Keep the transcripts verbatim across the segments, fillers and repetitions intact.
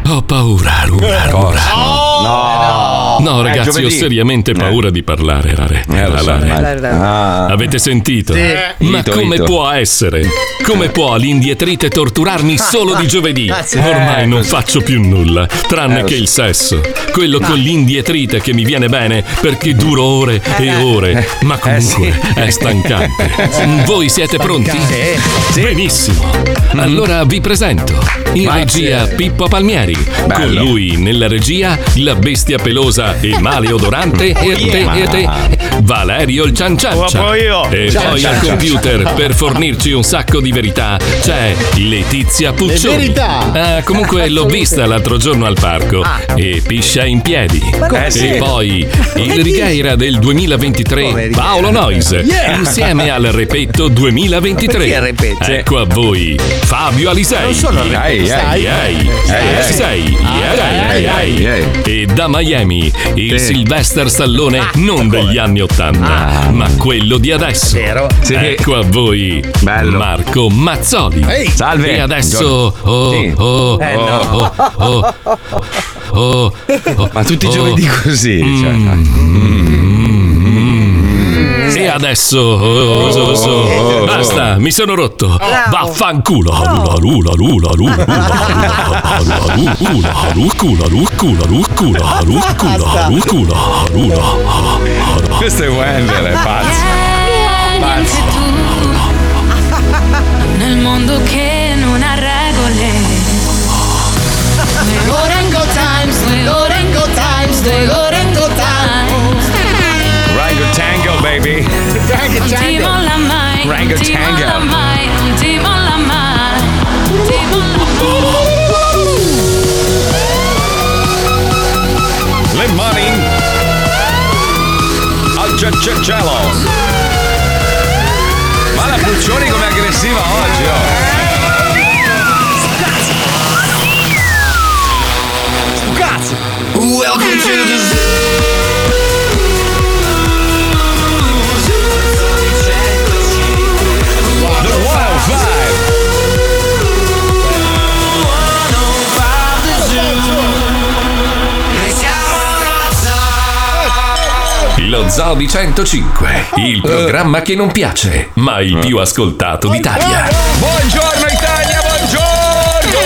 Ho paura, Rura, Rura. Oh, no, no, ragazzi, ho seriamente paura eh. di parlare, Rare. Eh, lo so, ah. Avete sentito? Sì. Ma Ito, come Ito. può essere? Come può l'indietrite torturarmi solo di giovedì? Ormai non faccio più nulla, tranne che il sesso. Quello con l'indietrite che mi viene bene perché duro ore e ore, ma comunque è stancante. Voi siete pronti? Benissimo. Allora vi presento. In regia Pippo Palmieri. Con lui nella regia la bestia pelosa e maleodorante e te e te Valerio il Cianciancia. E poi al computer per fornirci un sacco di verità c'è Letizia Puccioni. verità. Eh, comunque l'ho vista l'altro giorno al parco e piscia in piedi. Eh, sì. E poi il Righeira del duemilaventitré Paolo Noise Yeah. insieme al Repetto duemilaventitré. Perché il Repetto? Ecco a voi Fabio Alisei. Non sono il Repetto. Ehi, ehi, Alisei. Ehi, ehi, ehi. E da Miami il Sylvester Stallone non degli anni ottanta, ma quello di adesso. Ecco a voi Marco Mazzoli. Salve. E adesso oh, Sì. oh, Eh, oh, no. oh, oh, oh, Ma tutti i oh. giovedì così. Cioè. E adesso oh, so, so. Basta, mi sono rotto. Vaffanculo. Lula lula lula lula lula lula lula lula lula lula. Questo è Wender, è pazzo. Pazzo. Nel mondo che non ha regole. The Orango Times, the Orango Times, the Orango Times. Rango Tango, baby. Non ti molla mai, Rango non ti Tango. molla mai, non ti molla mai, non ti molla Le mani al giallo. Ma la Puccioni com'è aggressiva oggi, oh. Cazzo. Welcome to the zoo. Lo Zoo di centocinque, il programma che non piace, ma il più ascoltato d'Italia. Buongiorno Italia, buongiorno!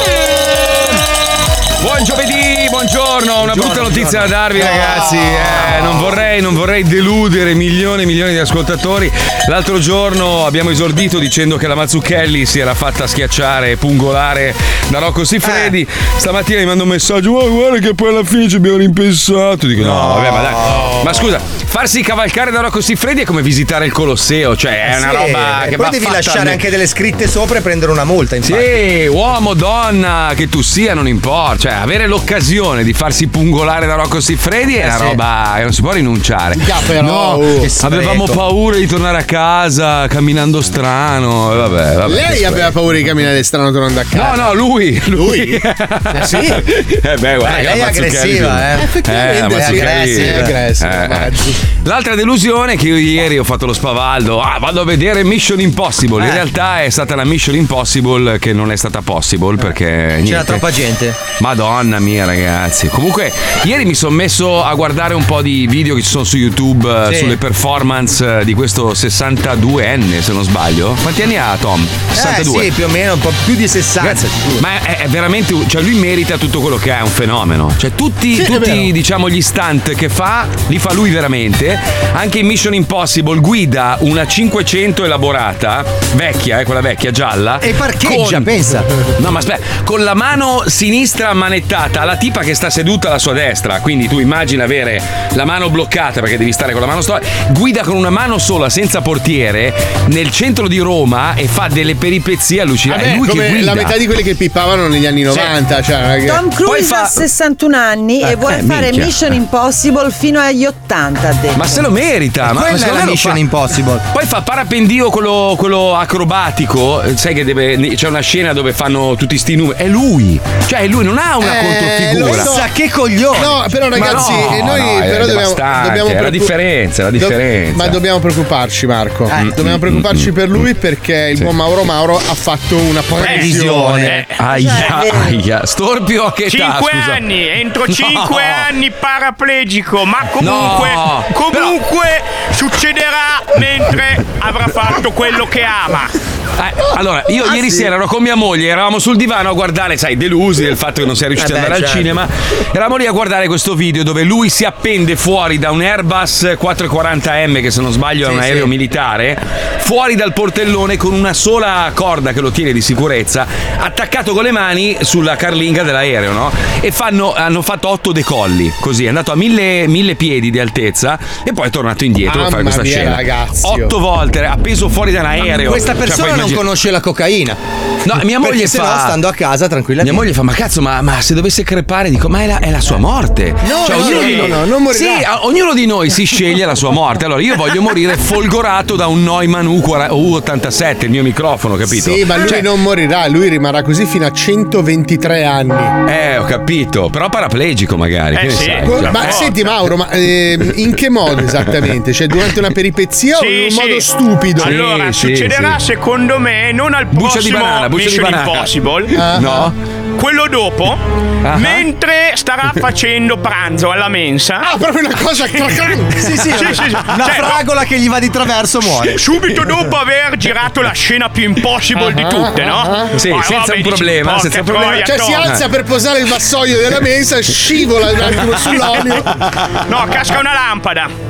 Buon giovedì, buongiorno, una brutta notizia da darvi ragazzi, eh, non vorrei, non vorrei deludere milioni e milioni di ascoltatori. L'altro giorno abbiamo esordito dicendo che la Mazzucchelli si era fatta schiacciare e pungolare da Rocco Siffredi. Stamattina mi manda un messaggio, oh, guarda che poi alla fine ci abbiamo rimpensato. Dico no, vabbè, ma dai, ma scusa, farsi cavalcare da Rocco Siffredi è come visitare il Colosseo, cioè è una Sì, roba e che poi va devi fatta lasciare ne- anche delle scritte sopra e prendere una multa, infatti. Sì, uomo, donna, che tu sia, non importa. Cioè, avere l'occasione di farsi pungolare da Rocco Siffredi è Eh, una sì. roba che non si può rinunciare. Già, però, no, uh, che segreto. avevamo paura di tornare a casa camminando strano. e Vabbè, vabbè. Lei aveva paura di camminare strano tornando a casa. No, no, lui. Lui? Eh, sì? Eh beh, guarda, Eh, che lei la è Mazzucchelli- aggressiva, eh. Eh, la È Mazzucchelli- aggressiva, è aggressiva, Eh, eh. Mazzu. L'altra delusione è che io ieri ho fatto lo spavaldo. Ah, vado a vedere Mission Impossible. In Eh. realtà è stata la Mission Impossible che non è stata possible perché C'era niente. troppa gente. Madonna mia, ragazzi. Comunque, ieri mi sono messo a guardare un po' di video che ci sono su YouTube eh, Sì. sulle performance eh, di questo sessantaduenne, se non sbaglio. Quanti anni ha Tom? sessantadue. Eh sì, più o meno, un po' più di sessanta. Ma è, è veramente, cioè lui merita tutto quello che è, è un fenomeno. Cioè tutti, Sì, è tutti vero. diciamo gli stunt che fa, li fa lui veramente. Anche in Mission Impossible guida una cinquecento elaborata, vecchia, eh, quella vecchia gialla. E parcheggia, con- pensa. No, ma aspetta, con la mano sinistra ammanettata alla tipa che sta seduta alla sua destra. Quindi tu immagina avere la mano bloccata perché devi stare con la mano sola. Guida con una mano sola, senza portiere, nel centro di Roma e fa delle peripezie allucinanti. Vabbè, È lui che come guida. la metà di quelli che pippavano negli anni novanta. Cioè, non è che- Tom Cruise ha sessantuno anni Eh, e vuole eh, fare minchia. Mission Impossible fino agli ottanta, ha detto. Ma se lo merita, ma Quella ma è secondo la me lo Mission fa- Impossible. Poi fa parapendio quello, quello acrobatico, eh, sai che deve, c'è una scena dove fanno tutti sti numeri. È lui, cioè lui non ha una Eh, controfigura. lo Pensa che coglione. No, però ragazzi, Ma no, noi no, è però dobbiamo, devastante, dobbiamo è la preoccup- differenza, è la do- differenza. ma dobbiamo preoccuparci, Marco. Eh. Dobbiamo preoccuparci per lui perché il Sì. buon Mauro Mauro ha fatto una previsione. Aia, aia. Storpio a che età? Cinque scusa? anni, entro No. cinque anni paraplegico, ma comunque, No. comunque succederà mentre avrà fatto quello che ama. Eh, allora, io Ah, ieri sì? sera ero con mia moglie, eravamo sul divano a guardare, sai, delusi del fatto che non sia riuscito Eh ad beh, andare al certo. cinema. Eravamo lì a guardare questo video dove lui si appende fuori da un Airbus quattrocentoquaranta M, che se non sbaglio è Sì, un aereo sì. militare, fuori dal portellone con una sola corda che lo tiene di sicurezza, attaccato con le mani sulla carlinga dell'aereo, no? E fanno, hanno fatto otto decolli, così, è andato a mille, mille piedi di altezza e poi è tornato indietro a fare Mamma questa mia, scena. ragazzi. Otto volte, appeso fuori da un aereo. Questa Cioè, persona puoi non immagin- conosce la cocaina. No, mia moglie Perché se fa- no, stando a casa tranquillamente. Mia moglie fa, ma cazzo, ma, ma se dovesse crepare, dico, ma è la, è la sua morte. No, no, ognuno no, di no, noi- no, non morirà. Sì, a- ognuno di noi si sceglie la sua morte. Allora, io voglio morire folgorato da un Neumann U ottantasette, il mio microfono, capito? Sì, ma lui Cioè, non morirà, lui rimarrà così fino a centoventitré anni. Eh, ho capito, però paraplegico magari. Eh, che ne sì. sai? Gu- Cioè, Ma eh. senti Mauro, ma eh, in che modo esattamente? Cioè durante una peripezia o in un modo stupido? Allora, Sì, succederà sì. secondo me non al Buccia di prossimo banana, buccia di Mission banana. Impossible, No? quello dopo, Ah. mentre starà facendo pranzo alla mensa. Ah, proprio una cosa Sì, sì, Sì, sì, sì. una Cioè, fragola che gli va di traverso muore. subito dopo aver girato la scena più impossible di tutte, no? Sì, Ah, senza un dici, problema, porca senza un problema. troia, Cioè si no. alza per posare il vassoio della mensa, scivola un attimo sull'olio. No, casca una lampada.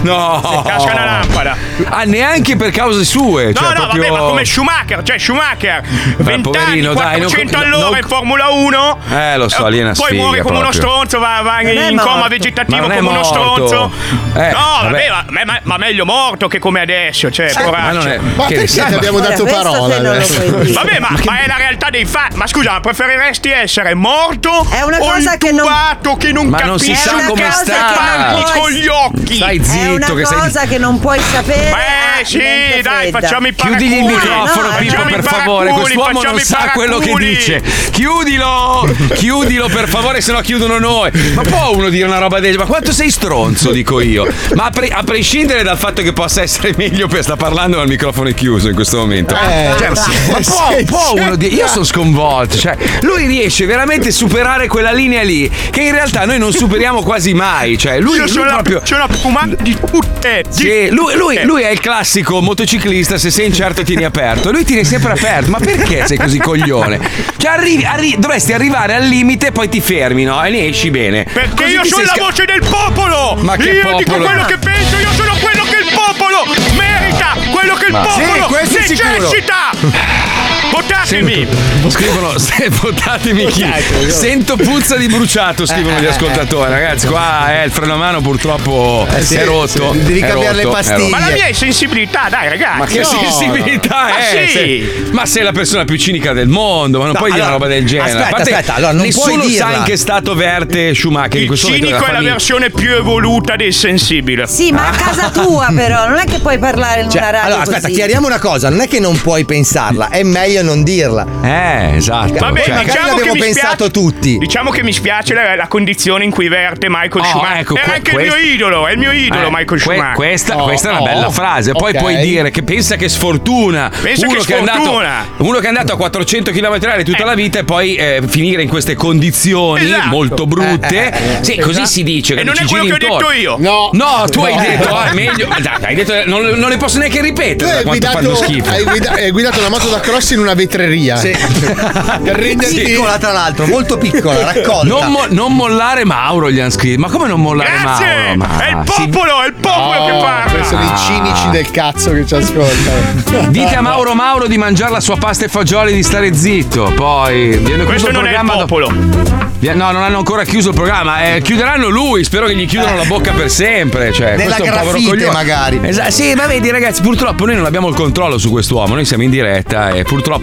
No! Casca una lampada. Ah, neanche per cause sue. No, cioè, no, proprio... vabbè, ma come Schumacher, cioè Schumacher, venti anni, poverino, dai, non- quattrocento no, all'ora non- in Formula uno. Eh, lo so, lì è una Poi sfiga muore come uno proprio. stronzo, va, va Non è in coma morto. Ma vegetativo non è come uno morto. stronzo. Eh, no, vabbè. vabbè, ma, ma- ma meglio morto che come adesso, cioè, Ma poraccio. non è. Ma che ne perché sai, ti ma- abbiamo dato Questo parola te non lo adesso? puoi dire. Vabbè, ma, ma è la realtà dei fatti. Ma scusa, ma preferiresti essere morto È una o cosa che non- intubato che non, Ma non si capisci sa un come cazzo sta. che manchi Poi- con gli occhi? Stai È una zitto, che sei. cosa che non puoi sapere. Beh, a sì, mente dai, fredda. facciamo i paraculi. Chiudigli il microfono, no, Pippo, facciamo per i favore. paraculi, Quest'uomo facciamo non i sa quello che paraculi. dice. Chiudilo! Chiudilo, per favore, se no chiudono noi. Ma può uno dire una roba del genere? Ma quanto sei stronzo, dico io. Ma a, pre- a prescindere dal fatto che possa essere meglio per sta parlando il microfono è chiuso in questo momento. Eh, Cioè, ma può, può uno dire. Io sono sconvolto. Cioè, lui riesce veramente a superare quella linea lì, che in realtà noi non superiamo quasi mai. Cioè, lui, Io lui sono la, proprio. sono una fumante di tutte. di Sì, lui, lui- tutte. lui è il classico motociclista, se sei incerto tieni aperto. Lui tieni sempre aperto. Ma perché sei così coglione? Cioè, arrivi, arri- dovresti arrivare al limite e poi ti fermi, no? E ne esci bene. Perché Così io ti sono sei la sca- voce del popolo! Ma che io dico popolo? quello che penso, io sono quello che il popolo merita! Quello che il popolo Sì, questo è sicuro. necessita! Votatemi! Scrivono, se votatemi chi? Sento puzza di bruciato, scrivono gli ascoltatori. Ragazzi, qua eh, il freno a mano purtroppo Eh sì, è rotto. sì, devi è cambiare le rotto, è pastiglie. rotto. Ma la mia è sensibilità, dai ragazzi! Ma che no. sensibilità Ma è? sì. Sei- ma sei la persona più cinica del mondo, ma non No, puoi dire allora, una roba del genere. aspetta, A parte, aspetta, allora, non nessuno puoi sa dirla. in che stato verte Schumacher in Il questo momento. cinico è della la famiglia. versione più evoluta del sensibile. Sì, ma a casa tua però, non è che puoi parlare in Cioè, una radio allora, aspetta, così. chiariamo una cosa: non è che non puoi pensarla, è meglio non dirla. Eh, esatto. Vabbè, Cioè, magari diciamo che l'abbiamo mi pensato spiace, tutti. Diciamo che mi spiace la, la condizione in cui verte Michael Oh, Schumacher. ecco, È que- anche questo- il mio idolo, è il mio idolo Eh, Michael que- Schumacher. questa, Oh, questa è una oh, bella frase. Poi ok. puoi dire che pensa che sfortuna. Pensa uno che che è andato, sfortuna. uno che è andato a quattrocento chilometri orari tutta Eh. la vita e poi eh, finire in queste condizioni Esatto. molto brutte. Sì, così si dice. E non è ci quello giri che ho detto intorno. io. No. No, tu hai No. detto, ah, è meglio. Dai, hai detto, non, non le posso neanche Tu ripetere da hai quanto guidato, fanno schifo. hai, guida- hai guidato una moto da cross in una vetreria. Sì. Per renderti Piccola, tra l'altro, molto piccola, raccolta. Non, mo- non mollare Mauro gli hanno scritto. Ma come non mollare Grazie! Mauro? Ma è il si- popolo, è il popolo che Oh, parla. sono i cinici del cazzo che ci ascoltano. Dite a Mauro Mauro di mangiare la sua pasta e fagioli e di stare zitto. Poi viene chiuso Questo il non è il programma. do- popolo. Vi- No, non hanno ancora chiuso il programma. Eh, chiuderanno lui. Spero che gli chiudano la bocca per sempre. Cioè, Nella questo è un povero grafite, coglione. magari. Esatto. Sì, ma vedi, ragazzi, purtroppo noi non abbiamo il controllo su quest'uomo. Noi siamo in diretta e purtroppo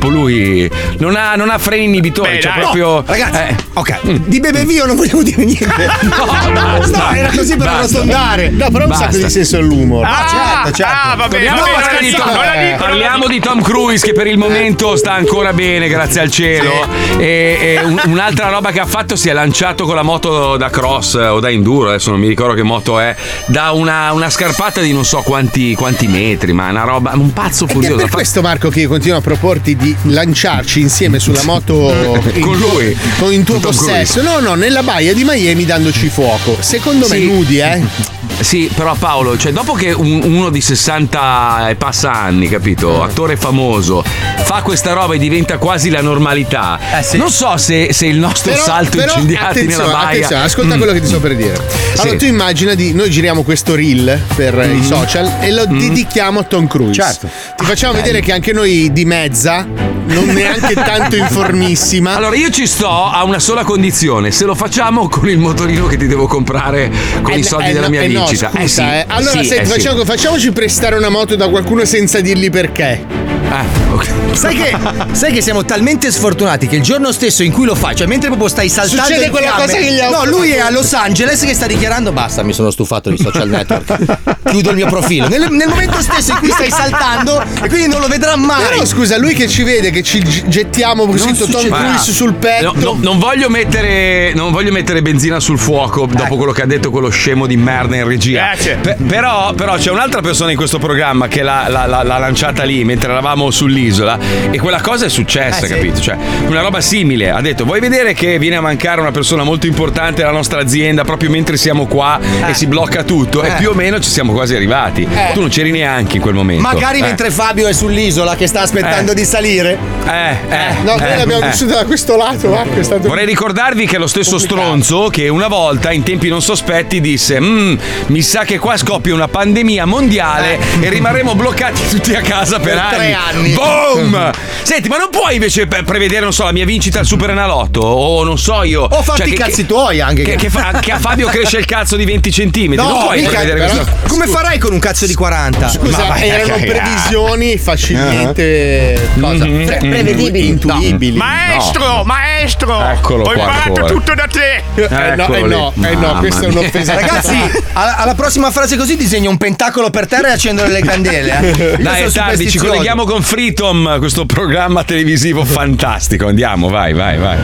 purtroppo lui non ha, non ha freni inibitori. Beh, cioè dai. proprio. No, ragazzi, eh. ok, di Bebevio non volevo dire niente. No, basta. No, era così per non Basta. sondare. No, però un Basta. sacco di senso all'umore. Ah, certo, certo. ah, va bene, Torniamo va a bene, parlare non di la Tom, dico, non la dico, non la parliamo dico. di Tom Cruise che per il momento sta ancora bene, grazie al cielo. E, e un- un'altra roba che ha fatto, si è lanciato con la moto da cross o da enduro, adesso non mi ricordo che moto è, da una, una scarpata di non so quanti, quanti metri, ma una roba, un pazzo Ed è furioso. per Fa- questo, Marco, che io continuo a proporti di lanciarci insieme sulla moto in Con tuo- lui. con in tuo Con Tom possesso. No, no, nella baia di Miami dandoci fuoco. Secondo me Sì. nudi, eh? Sì, però Paolo, cioè dopo che un- uno di sessanta e passa anni, capito, attore famoso, fa questa roba e diventa quasi la normalità, Eh, sì. non so se, se il nostro Però, salto però, incendiati attenzione, nella baia. attenzione, ascolta Mm. quello che ti sto per dire. Allora, Sì. tu immagina di noi giriamo questo reel per Mm-hmm. i social e lo dedichiamo a Tom Cruise. Certo. Ti facciamo vedere che anche noi di mezza, non neanche tanto informissima. Allora io ci sto a una sola condizione, se lo facciamo con il motorino che ti devo comprare con Eh, i soldi eh, della no, mia eh, no, vincita. scusa, eh sì, eh. Allora, sì, senti, eh sì. facciamo- facciamoci prestare una moto da qualcuno senza dirgli perché. Ah, ok. Sai che, sai che siamo talmente sfortunati che il giorno stesso in cui lo fai, cioè mentre proprio stai saltando Succede in quella fiamme- cosa che gli ha No, occorso. lui è a Los Angeles che sta dichiarando basta, mi sono stufato di social network. Chiudo il mio profilo. Nel, nel momento stesso in cui stai saltando e quindi non lo vedrà mai. Però scusa, lui che ci vede, che ci g- gettiamo così Tom succede- Cruise sul petto. No, no, non voglio mettere non voglio mettere benzina sul fuoco dopo quello che ha detto quello scemo di merda in regia. Grazie. Pe- però, però c'è un'altra persona in questo programma che l'ha, l'ha- l'ha- l'ha lanciata lì mentre eravamo sull'isola e quella cosa è successa, Eh, sì. capito? Cioè, una roba simile. Ha detto: vuoi vedere che viene a mancare una persona molto importante alla nostra azienda proprio mentre siamo qua e si blocca tutto? E Eh. più o meno ci siamo quasi arrivati. Tu non c'eri neanche in quel momento. Magari Eh. mentre Fabio è sull'isola che sta aspettando Eh. di salire. Eh, eh, No, noi eh, l'abbiamo eh. vissuta da questo lato, Marco, è stato Vorrei ricordarvi che è lo stesso complicato. stronzo che una volta in tempi non sospetti disse "Mm, mi sa che qua scoppia una pandemia mondiale e rimarremo bloccati tutti a casa per, Per anni. tre anni. Boom! Senti, ma non puoi invece pre- prevedere, non so, la mia vincita al Super Enalotto o non so io. O fatti cioè, i che- cazzi tuoi anche. Che, che fa- che a Fabio cresce il cazzo di venti centimetri. non No, puoi mica, prevedere però- questo. Come farai con un cazzo di quaranta? Scusa, Ma vai a erano cagare. previsioni facilmente cosa? Mhm. Pre- Mhm. prevedibili, intuibili. Maestro, maestro! Eccolo Ho qua imparato ancora. tutto da te! Eh no, eh Eccolo no, lì. eh no, Mamma questa è mia. un'offesa. Ragazzi, alla, alla prossima frase così disegno un pentacolo per terra e accendo le candele. Eh. Io Dai, sono è tardi, ci superstizioso. colleghiamo con Freedom, questo programma televisivo fantastico. Andiamo, vai, vai, vai.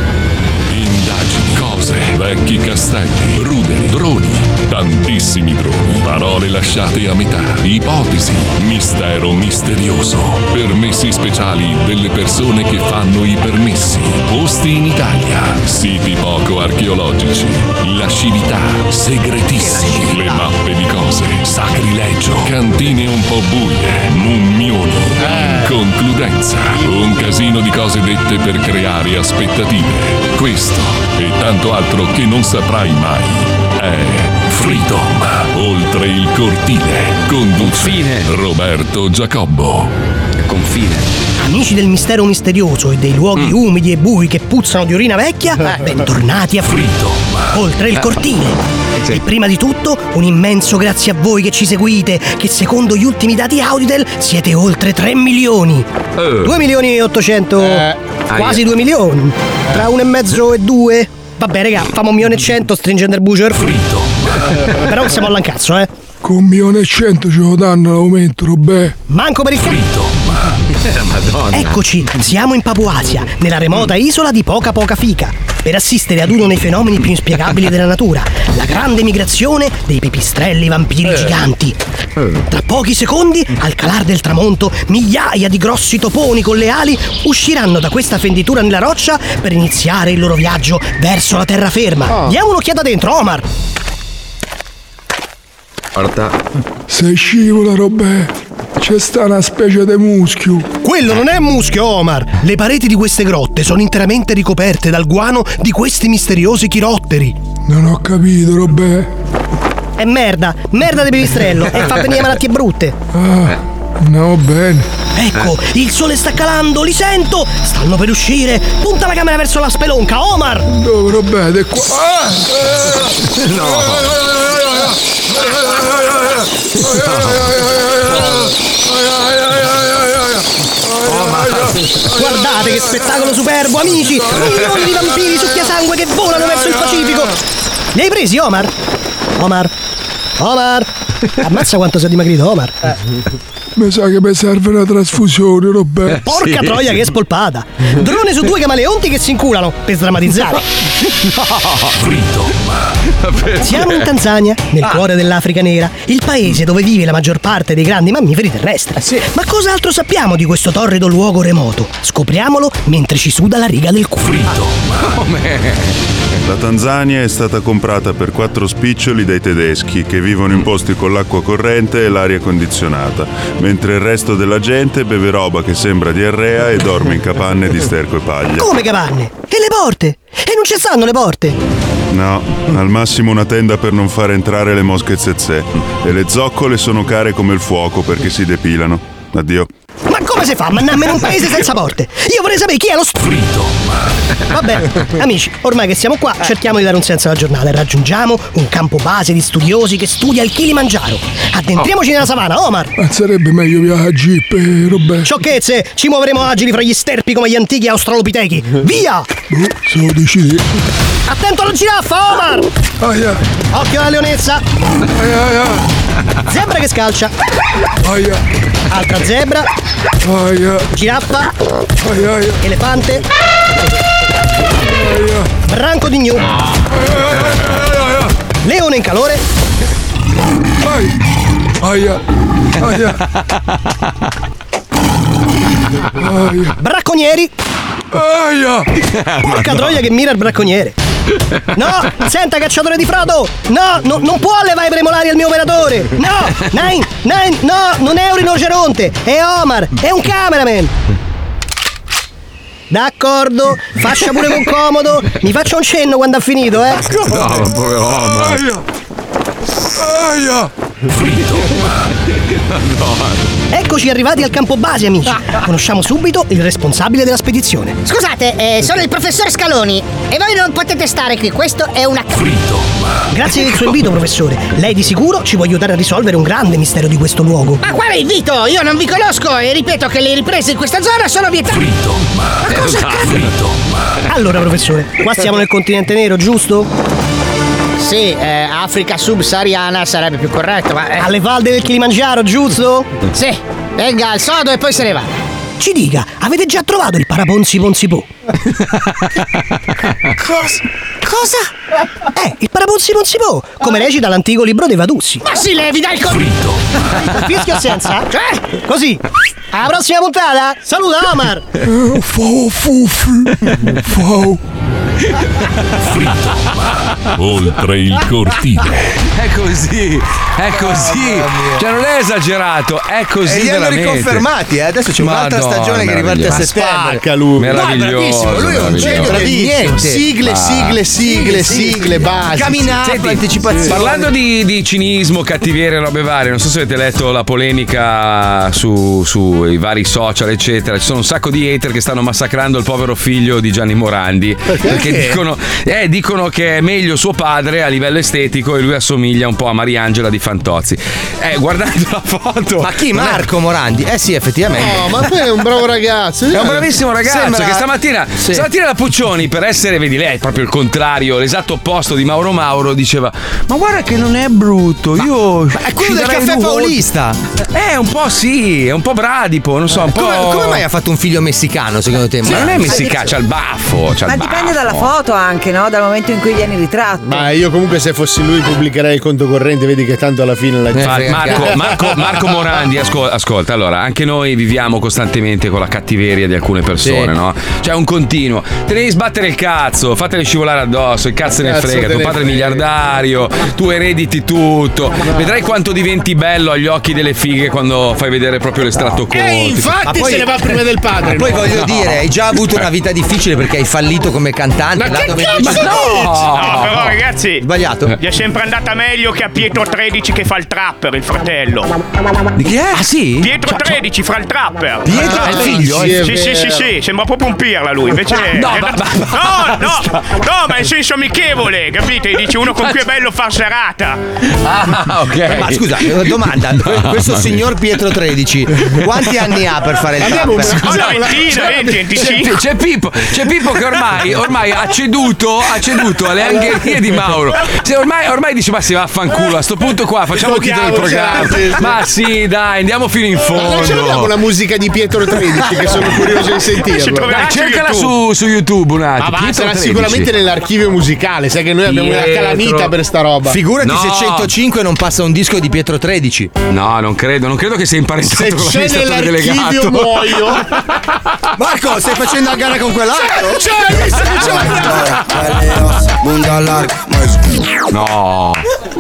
Indagini, cose, vecchi castelli, ruderi, droni, tantissimi droni, parole lasciate a metà, ipotesi, mistero misterioso, permessi speciali delle persone che fanno i permessi, posti in Italia, siti poco archeologici, lascività, segretissimi, le mappe di cose, sacrilegio, cantine un po' buie, mummioni, inconcludenza, un casino di cose dette per creare aspettative. Questo e tanto altro che non saprai mai è Freedom, oltre il cortile, conduce Confine. Roberto Giacobbo. Confine. Amici del mistero misterioso e dei luoghi umidi e bui che puzzano di urina vecchia, bentornati a Freedom, oltre il cortile. E prima di tutto, un immenso grazie a voi che ci seguite, che secondo gli ultimi dati Auditel siete oltre tre milioni. Eh. due milioni e ottocento, quasi due milioni. Tra uno e mezzo e due. Vabbè, raga, famo un milione e cento stringendo il bucio. Però siamo all'ancazzo, eh. Con un milione e cento ce lo danno l'aumento, robè. Manco per il cazzo. Madonna. Eccoci, siamo in Papuasia, nella remota isola di Poca Poca Fica, per assistere ad uno dei fenomeni più inspiegabili della natura, la grande migrazione dei pipistrelli vampiri giganti. Tra pochi secondi, al calar del tramonto, migliaia di grossi toponi con le ali usciranno da questa fenditura nella roccia per iniziare il loro viaggio verso la terraferma. Diamo un'occhiata dentro, Omar. Guarda. Se scivola, robè, c'è sta una specie di muschio. Quello non è muschio, Omar. Le pareti di queste grotte sono interamente ricoperte dal guano di questi misteriosi chirotteri. Non ho capito, robè. È merda, merda di pipistrello e fa venire malattie brutte. Ah, no, bene. Ecco, il sole sta calando, li sento! Stanno per uscire! Punta la camera verso la spelonca, Omar! Dove, robè? È qua. Ah! Oh Guardate che spettacolo superbo, amici! Milioni di vampiri succhiasangue che volano verso il Pacifico! Li hai presi, Omar? Omar? Omar? Ammazza quanto sei dimagrito, Omar! Mi sa che mi serve una trasfusione, Roberto. Porca sì. Troia che spolpata! Drone su due camaleonti che si inculano, per sdrammatizzare. Freedom. Siamo in Tanzania, nel ah. cuore dell'Africa nera, il paese dove vive la maggior parte dei grandi mammiferi terrestri. Ah, sì. Ma cos'altro sappiamo di questo torrido luogo remoto? Scopriamolo mentre ci suda la riga del culo. La Tanzania è stata comprata per quattro spiccioli dai tedeschi che vivono in posti con l'acqua corrente e l'aria condizionata, mentre il resto della gente beve roba che sembra diarrea e dorme in capanne di sterco e paglia. Come capanne? E le porte? E non ci stanno le porte? No, al massimo una tenda per non far entrare le mosche zezze. E le zoccole sono care come il fuoco perché si depilano. Addio. Ma come si fa a mannarmi in un paese senza porte? Io vorrei sapere chi è lo Freedom. Vabbè, amici, ormai che siamo qua, cerchiamo di dare un senso alla giornata e raggiungiamo un campo base di studiosi che studia il Kilimangiaro. Addentriamoci nella savana, Omar. Ma sarebbe meglio via a jeep, eh, Roberto. Sciocchezze, ci muoveremo agili fra gli sterpi come gli antichi australopitechi. Via! Boh, se lo decidi. Attento alla giraffa, Omar! Aia. Occhio alla leonezza. Aia, aia. Zebra che scalcia. Aia. Altra zebra. Aia. Giraffa. Aia, aia. Elefante. Aia. Branco di gnu. Aia, aia, aia. Leone in calore. Aia. Aia. Aia. Bracconieri. Aia. Porca troia che mira il bracconiere. No, senta cacciatore di Frodo. No, no, non può levare i premolari al mio operatore. No, Nine, Nine, no, non è un rinoceronte. È Omar, è un cameraman. D'accordo, faccia pure con comodo. Mi faccia un cenno quando ha finito, eh. No, povero Omar. Aia. Aia. Eccoci arrivati al campo base, amici. Conosciamo subito il responsabile della spedizione. Scusate, eh, sono il professor Scaloni e voi non potete stare qui, questo è una... Grazie del suo invito, professore. Lei di sicuro ci può aiutare a risolvere un grande mistero di questo luogo. Ma quale invito? Io non vi conosco e ripeto che le riprese in questa zona sono vietate. Ma cosa accade? Allora, professore, qua siamo nel continente nero, giusto? Sì, eh, Africa subsahariana sarebbe più corretto, ma... Eh. Alle falde del Kilimangiaro, giusto? Sì, venga al sodo e poi se ne va. Ci dica, avete già trovato il paraponzi ponzi po? Cosa? Cosa? Eh, il paraponzi ponzi po, come recita l'antico libro dei Vadussi. Ma si levi dal conflitto! Fischio senza? Cioè? Così. Alla prossima puntata, saluta Omar! Fau, fuffi, fau. Oltre il cortile. È così, è così. Cioè non è esagerato, è così. E li hanno veramente riconfermati, eh? Adesso c'è Madonna, un'altra stagione che riparte a settembre. Spacca lui. Meraviglioso. No, lui è un genio del niente. Sigle, sigle, sigle, sigle, basi. Camminate, Senti, anticipazione. Parlando di, di cinismo, cattiveria e robe varie, non so se avete letto la polemica su, sui vari social, eccetera. Ci sono un sacco di hater che stanno massacrando il povero figlio di Gianni Morandi. Perché dicono, eh, dicono che è meglio suo padre a livello estetico e lui assomiglia un po' a Mariangela di Fantozzi. Eh, guardando la foto. Ma chi? Marco Morandi? Eh sì, effettivamente. No, ma poi è un bravo ragazzo. È un bravissimo ragazzo. Sembra... che stamattina, sì. stamattina la Puccioni, per essere, vedi lei, è proprio il contrario, l'esatto opposto di Mauro Mauro, diceva: ma guarda che non è brutto, io. Ma è quello del caffè paulista. Eh, un po' sì, è un po' bradipo, non so, un po'. Come, come mai ha fatto un figlio messicano, secondo te? Ma non è messicano, c'ha il baffo. C'ha Ma il dipende baffo. dalla foto anche, no? Dal momento in cui vieni ritratto. Ma io comunque se fossi lui pubblicherei il conto corrente, vedi che tanto alla fine la Fa- Marco, Marco, Marco Morandi, ascol- ascolta, allora, anche noi viviamo costantemente con la cattiveria di alcune persone, Sì. no? Cioè un continuo. Te devi sbattere il cazzo, fatele scivolare addosso, il cazzo ne Cazzo frega, te tuo ne padre è frega. miliardario, tu erediti tutto. Vedrai quanto diventi bello agli occhi delle fighe quando fai vedere proprio l'estratto corto. Eh, infatti Ma poi- se ne va prima del padre. Ma poi no? voglio No. dire, hai già avuto una vita difficile perché hai fallito come cantante. istante. Ma là che dove cazzo dici- dici? No, però ragazzi, sbagliato. gli è sempre andata meglio che a Pietro tredici che fa il trapper, il fratello. Di chi è? Ah sì? Pietro tredici fa il trapper. Pietro è il figlio? Sì, È sì, sì, vero. sì, sì, sembra proprio un pirla lui, invece No, è ma- andato- ma- no, no, no, ma in senso amichevole, capite? Dice uno con cui è bello far serata. Ah, ok. Ma scusa, una domanda. Questo signor Pietro tredici, quanti anni ha per fare il Andiamo un- trapper? Una ventina, venti, venticinque. C'è, c'è Pippo, c'è Pippo che ormai, ormai ha ceduto, ha ceduto alle angherie di Mauro. Cioè, ormai, ormai dice: ma si va a fanculo, a sto punto qua facciamo chiudere il programma. Sì, sì. Ma sì, dai, andiamo fino in Ma non ce l'abbiamo fondo. la musica di Pietro tredici, che sono curioso di sentirlo. Dai, cercala su, su YouTube un attimo. Ma va, Pietro sarà tredici. sicuramente nell'archivio musicale, sai che noi abbiamo una Pietro. calamita per sta roba. Figurati No. se centocinque non passa un disco di Pietro tredici. No, non credo, non credo che sia imparentato Se con c'è l'amministratore nell'archivio delegato. muoio. Marco, stai facendo a gara con quell'altro? C'è, c'è, visto che c'è. Bunda larga, No.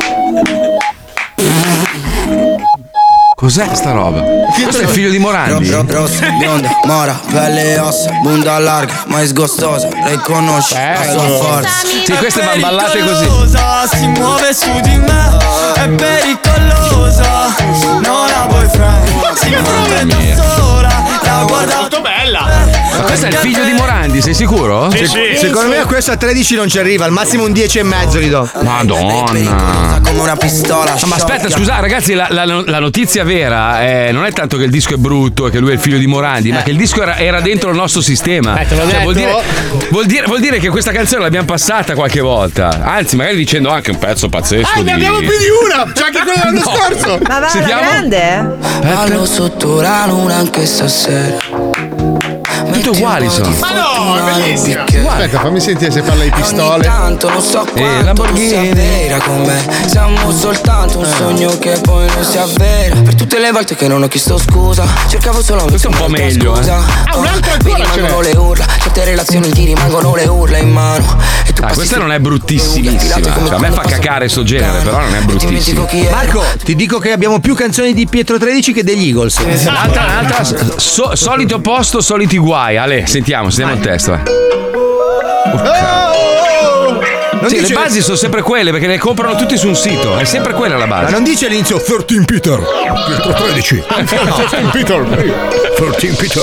Cos'è sta roba? Questo è il figlio di Morandi. Ro- ro- rossa, bionda, mora, pelle e ossa, bunda larga, ma è sgostosa. Lei conosce la sua forza. Sì, queste vanno ballate così. Si muove su di me, è pericolosa. Non ha boyfriend, si muove da sola. La guarda Molto bella. Ma questo è il figlio di Morandi, sei sicuro? Sì, sì. Secondo me a questo a tredici non ci arriva, al massimo un dieci e mezzo gli do. Madonna. come una pistola. Ah, ma aspetta, scusate ragazzi, la, la- la notizia vera è, non è tanto che il disco è brutto e che lui è il figlio di Morandi, ma che il disco era, era dentro il nostro sistema. Eh, te l'ho Cioè, vuol, dire, detto. vuol, dire, vuol dire che questa canzone l'abbiamo passata qualche volta. Anzi, magari dicendo anche un pezzo pazzesco. Ah, ne di... abbiamo più di una! C'è anche quella dell'anno No. scorso! Ma va alla Sentiamo? grande? Ballo sotto la luna anche stasera. Tutte uguali sono. Ma no, è bellissima! Aspetta, fammi sentire se parla di pistole. Tanto non so quanto Eh, Lamborghini. si avvera con me. Siamo soltanto un sogno che poi non si avvera. Per tutte le volte che non ho chiesto scusa, cercavo solo Questo è un po' una meglio, scusa. Ah, un'altra Mi ancora ce rimangono n'è. le urla, certe relazioni ti rimangono le urla in mano. E tu Ah, passi questa su- non è bruttissimissima. Cioè, a me fa cacare sto genere, però non è bruttissima. Marco, ti dico che abbiamo più canzoni di Pietro tredici che degli Eagles. Un'altra, un'altra so- solito posto, soliti guai. Ale, sentiamo, sentiamo il testo. eh. Non Sì, dice- le basi sono sempre quelle perché le comprano tutti su un sito. È sempre quella la Ma base. non dice all'inizio tredici Peter. Pietro tredici. Peter. tredici Peter.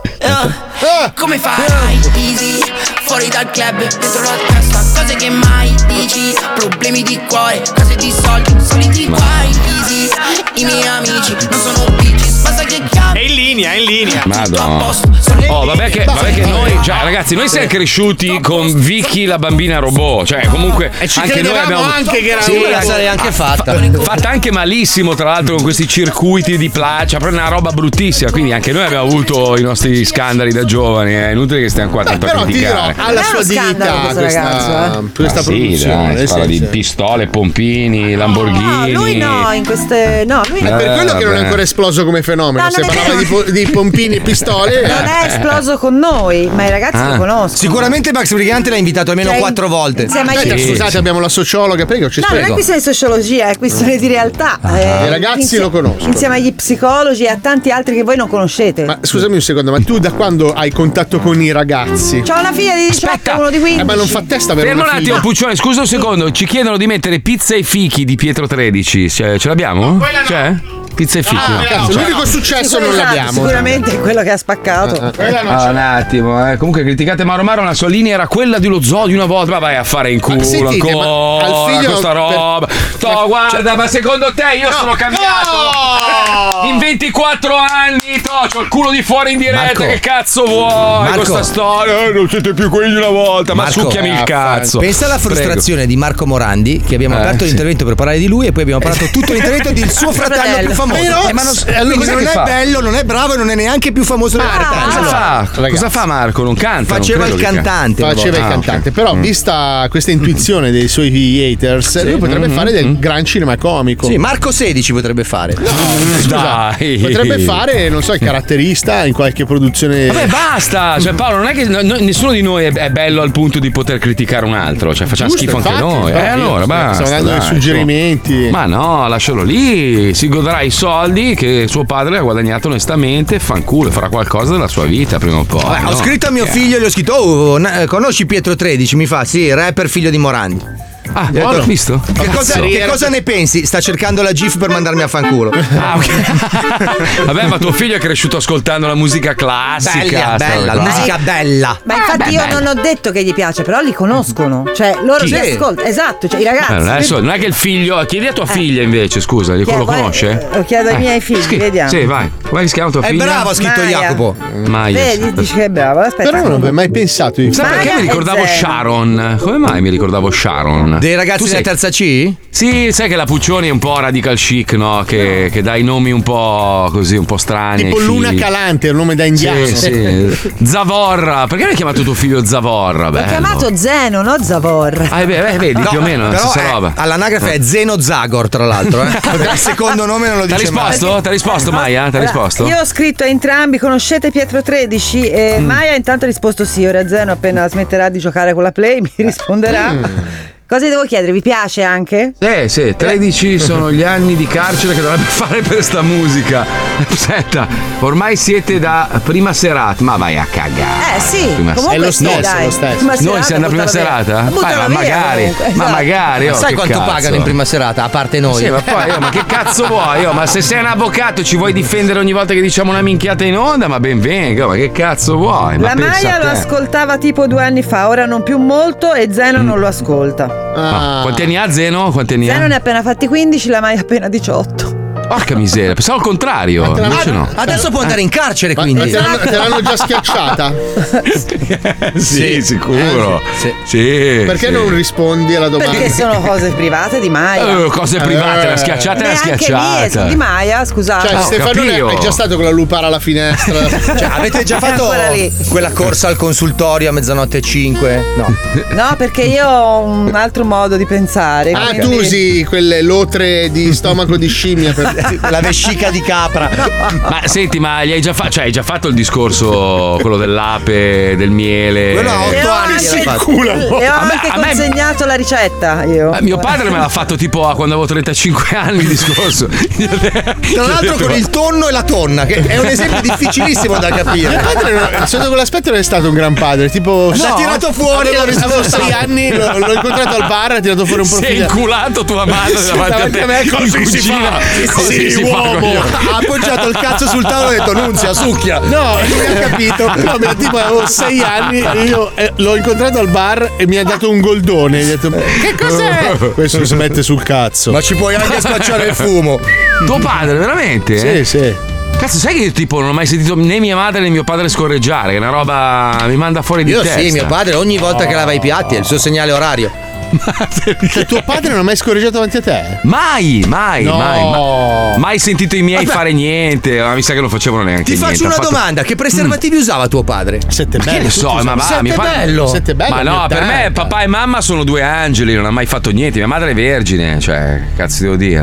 Come fai? Easy, fuori dal club, dentro la testa, cose che mai dici, problemi di cuore, cose di soldi, soliti guai. Easy, i miei amici non sono bitches, basta che chiami. È in linea, è in linea. Madonna. Oh, vabbè che, vabbè che noi, cioè, ragazzi, noi siamo cresciuti con Vicky la bambina robot. Cioè, comunque, E ci anche noi credevamo abbiamo. anche che era Sì, una- la sarei anche fatta. Fatta anche malissimo, tra l'altro, con questi circuiti di placia, proprio una roba bruttissima. Quindi anche noi abbiamo avuto i nostri scandali da giovani. È inutile che stiamo qua tanto a Però ti dirò, criticare. ha la Non è sua uno scandalo dignità questo questa, ragazzo, questa Ah, sì, produzione. dai, nel si parla di senso- pistole, pompini, Lamborghini. No, lui no, in queste. No, lui È no. per quello che non è vabbè. ancora esploso come fenomeno. No, Se non è parlava di, vero. po- di pompini e pistole. Non è esploso con noi, ma i ragazzi Ah. lo conoscono. Sicuramente Max Brigante l'ha invitato almeno Cioè, quattro volte. insieme agli- Aspetta, Sì, scusate, sì. abbiamo la sociologa, prego, ci No, non è spiego. questione di sociologia, è questione di realtà. Eh, I ragazzi insie- lo conoscono. Insieme agli psicologi e a tanti altri che voi non conoscete. Ma scusami un secondo, ma tu da quando hai contatto con i ragazzi? C'ho una figlia di diciotto, Aspetta. uno di quindici. Eh, ma non fa testa avere Fermo un una attimo, figlia. Puccione, scusa un secondo. Ci chiedono di mettere pizza e fichi di Pietro tredici. Cioè, ce l'abbiamo? C'è? Pizza e fichi. no. Cazzo, l'unico successo non Sicuramente- l'abbiamo. Sicuramente è quello che ha spaccato. Quella non Ah, c'è. un attimo, eh. Comunque criticate Mauro Maro, la sua linea era quella di lo zoo di una volta. Ma vai a fare in culo sentite, ma ancora al figlio- questa roba. To, guarda, ma secondo te io sono cambiato? In ventiquattro anni, to, c'ho il culo di fuori in diretta. Marco. Che cazzo vuoi? Marco. Questa storia, eh, non siete più quelli di una volta. Ma Marco. succhiami il cazzo. Pensa alla frustrazione di Marco Morandi, che abbiamo Eh, aperto sì. l'intervento per parlare di lui e poi abbiamo parlato tutto l'intervento del suo fratello fratello. più famoso. Però- Eh, ma non, eh, allora quindi cos'è non che è fa? bello, non è bravo e non è neanche più famoso del fratello. Cosa Allora, fa? ragazzi. Cosa fa Marco? Non canta? non Faceva credo il che cantante. Faceva il Ah, cantante, ok. però Mm. vista questa intuizione dei suoi haters, lui potrebbe Mhm, fare del mhm. Mm. Gran cinema comico. Sì, Marco sedici potrebbe fare. No, scusa, Dai. potrebbe fare, non so, il caratterista in qualche produzione. Vabbè, basta! Cioè, Paolo, non è che no, nessuno di noi è, è bello al punto di poter criticare un altro. Cioè, facciamo Giusto, schifo infatti, anche noi. infatti, E eh, allora, basta. stiamo dando dei dai, suggerimenti. su. Ma no, lascialo lì. Si godrà i soldi che suo padre ha guadagnato onestamente. Fanculo, farà qualcosa della sua vita prima o poi. Vabbè, no? ho scritto a mio Eh. figlio e gli ho scritto: oh, na- conosci Pietro tredici? Mi fa, sì, rapper figlio di Morandi. Ah, Gli ho buono, detto, visto? Che, cosa, che cosa ne pensi? Sta cercando la GIF per mandarmi a fanculo. Ah, ok. Vabbè, ma tuo figlio è cresciuto ascoltando la musica classica. Bella, bella, sta- musica bella. Ma infatti io non ho detto che gli piace, però li conoscono. Cioè, loro Chi? li ascoltano. Esatto, cioè i ragazzi. Eh, non, è so- non è che il figlio. Chiedi a tua figlia invece, scusa, lo Chiedo- conosce? Lo chiedo ai miei figli, Schi- vediamo. Sì, vai. Come si chiama tua È figlia? bravo, ha scritto Maya. Jacopo. Maya. Vedi, dice che è bravo. Aspetta. Però non avevo mai pensato di Sai Maya perché mi e ricordavo Zeno. Sharon? Come mai mi ricordavo Sharon? Dei ragazzi Tu della sei- terza C? Sì, sai che la Puccioni è un po' radical chic, no? Che, che dà i nomi un po' così, un po' strani. Tipo ai Luna figli. Calante, è un nome da indiano. Sì, sì. Zavorra. Perché l'hai chiamato tuo figlio Zavorra? L'ho Bello. chiamato Zeno, no Zavor. Ah, beh, beh, vedi, più o meno la Però stessa è- roba. all'anagrafe è Zeno Zagor, tra l'altro. Eh. Il secondo nome non lo T'ha dice mai. risposto? T'ha risposto, Maya? T'ha Allora, risposto? Io ho scritto a entrambi, conoscete Pietro tredici? E Mm. Maya intanto ha risposto sì, ora Zeno appena smetterà di giocare con la Play mi risponderà. Mm. Cosa gli devo chiedere? Vi piace anche? Eh sì, tredici sono gli anni di carcere che dovrebbe fare per sta musica. Aspetta, ormai siete da prima serata, ma vai a cagare. Eh sì, Prima comunque È lo sì, stesso, dai. è lo stesso. Prima Noi serata, siamo da prima buttala via. serata? Ma buttala Vai, ma via, magari, comunque, ma esatto. magari. oh, Sai che quanto cazzo. pagano in prima serata, a parte noi? Sì, ma poi, oh, ma che cazzo vuoi? Oh, ma se sei un avvocato ci vuoi difendere ogni volta che diciamo una minchiata in onda, ma ben venga, ma che cazzo vuoi? Ma La pensa Maya a lo te. ascoltava tipo due anni fa, ora non più molto e Zeno non lo ascolta. Ah, quanti anni ha Zeno? Quanti anni Zeno ha? ne ha appena fatti quindici, la Maya appena diciotto. Porca miseria, pensavo al contrario. te l'hanno- Invece no. Adesso può andare in carcere, Ma- quindi. ma te l'hanno, te l'hanno già schiacciata? Sì, sicuro. Sì. Sì. Perché sì. non rispondi alla domanda? Perché sono cose private di Maya. Eh, cose private, la schiacciata e la Neanche schiacciata. mie, sono di Maya, scusate. Cioè, No, Stefano capio. è già stato con la lupara alla finestra. Cioè, avete già È fatto ancora lì. quella corsa al consultorio a mezzanotte e cinque? No. No, perché io ho un altro modo di pensare. Ah, quindi- tu usi quelle lotre di stomaco di scimmia per... La vescica di capra. Ma senti, ma gli hai già, fa- cioè, hai già fatto il discorso, quello dell'ape, del miele? Quello ha E otto ho anni anche, gliel'ha fatto. e ho A me- anche a me- consegnato la ricetta io. Eh, mio padre me l'ha fatto tipo a quando avevo trentacinque anni il discorso. Tra l'altro con il tonno e la tonna, che è un esempio difficilissimo da capire. Mio padre, non- sotto quell'aspetto, non è stato un gran padre. Tipo, L'ha tirato fuori e l'ha Avevo, avevo rispostato. sei anni, l'ho, l'ho incontrato al bar, ha tirato fuori un Si è profilo. inculato tua madre Sì, davanti a davanti te. a me, così in si cucina. fa. Così Sì, si fa uomo. con io. Ha appoggiato il cazzo sul tavolo e ha detto Nunzia, succhia. No, lui ha capito. No, ma tipo avevo sei anni, io eh, l'ho incontrato al bar e mi ha dato un goldone. Gli ho detto, che cos'è? Questo si mette sul cazzo. Ma ci puoi anche spacciare il fumo. Tuo padre, veramente? Sì, sì. Cazzo, sai che io tipo non ho mai sentito né mia madre né mio padre scorreggiare, che è una roba mi manda fuori di Io testa. sì, mio padre ogni volta che lava i piatti è il suo segnale orario. Cioè, tuo padre non ha mai scorreggiato davanti a te? Mai, mai, No. mai, mai. Mai sentito i miei Vabbè. fare niente, ma mi sa che non facevano neanche Ti niente. faccio Ha una fatto- domanda: che preservativi usava tuo padre? Sette Che bello. ne so, ma va, Sette mio padre. bello. Sette bello. Ma no, anni per me ottanta. papà e mamma sono due angeli, non ha mai fatto niente. Mia madre è vergine, cioè, cazzo devo dire?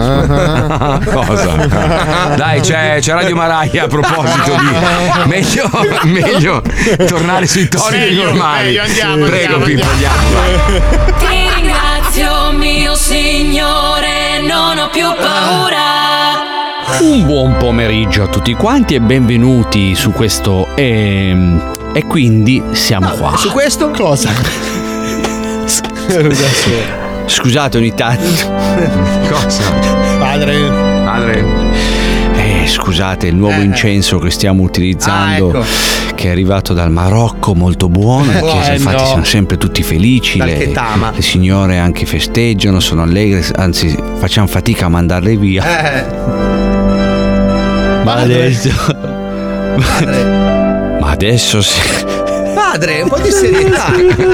Ah. Eh? Cosa? Dai, c'è, c'è Radio Maraia a proposito di. Meglio, meglio tornare sui toni Meglio, normali. meglio, andiamo, Prego, andiamo, Pippo, andiamo. andiamo. vai. Ti ringrazio, mio Signore, non ho più paura. Un buon pomeriggio a tutti quanti e benvenuti su questo ehm, e quindi siamo qua. Su questo? Cosa? Scusate ogni tanto. Cosa? Padre. Padre. Eh, scusate, il nuovo incenso che stiamo utilizzando, Ah, ecco. che è arrivato dal Marocco, molto buono. In chiesa, Eh, infatti, no. sono sempre tutti felici. Dal Le, Ketama. le signore anche festeggiano, sono allegre, anzi, facciamo fatica a mandarle via. Eh, Ma adesso. Ma adesso sì. padre, un po' di serietà.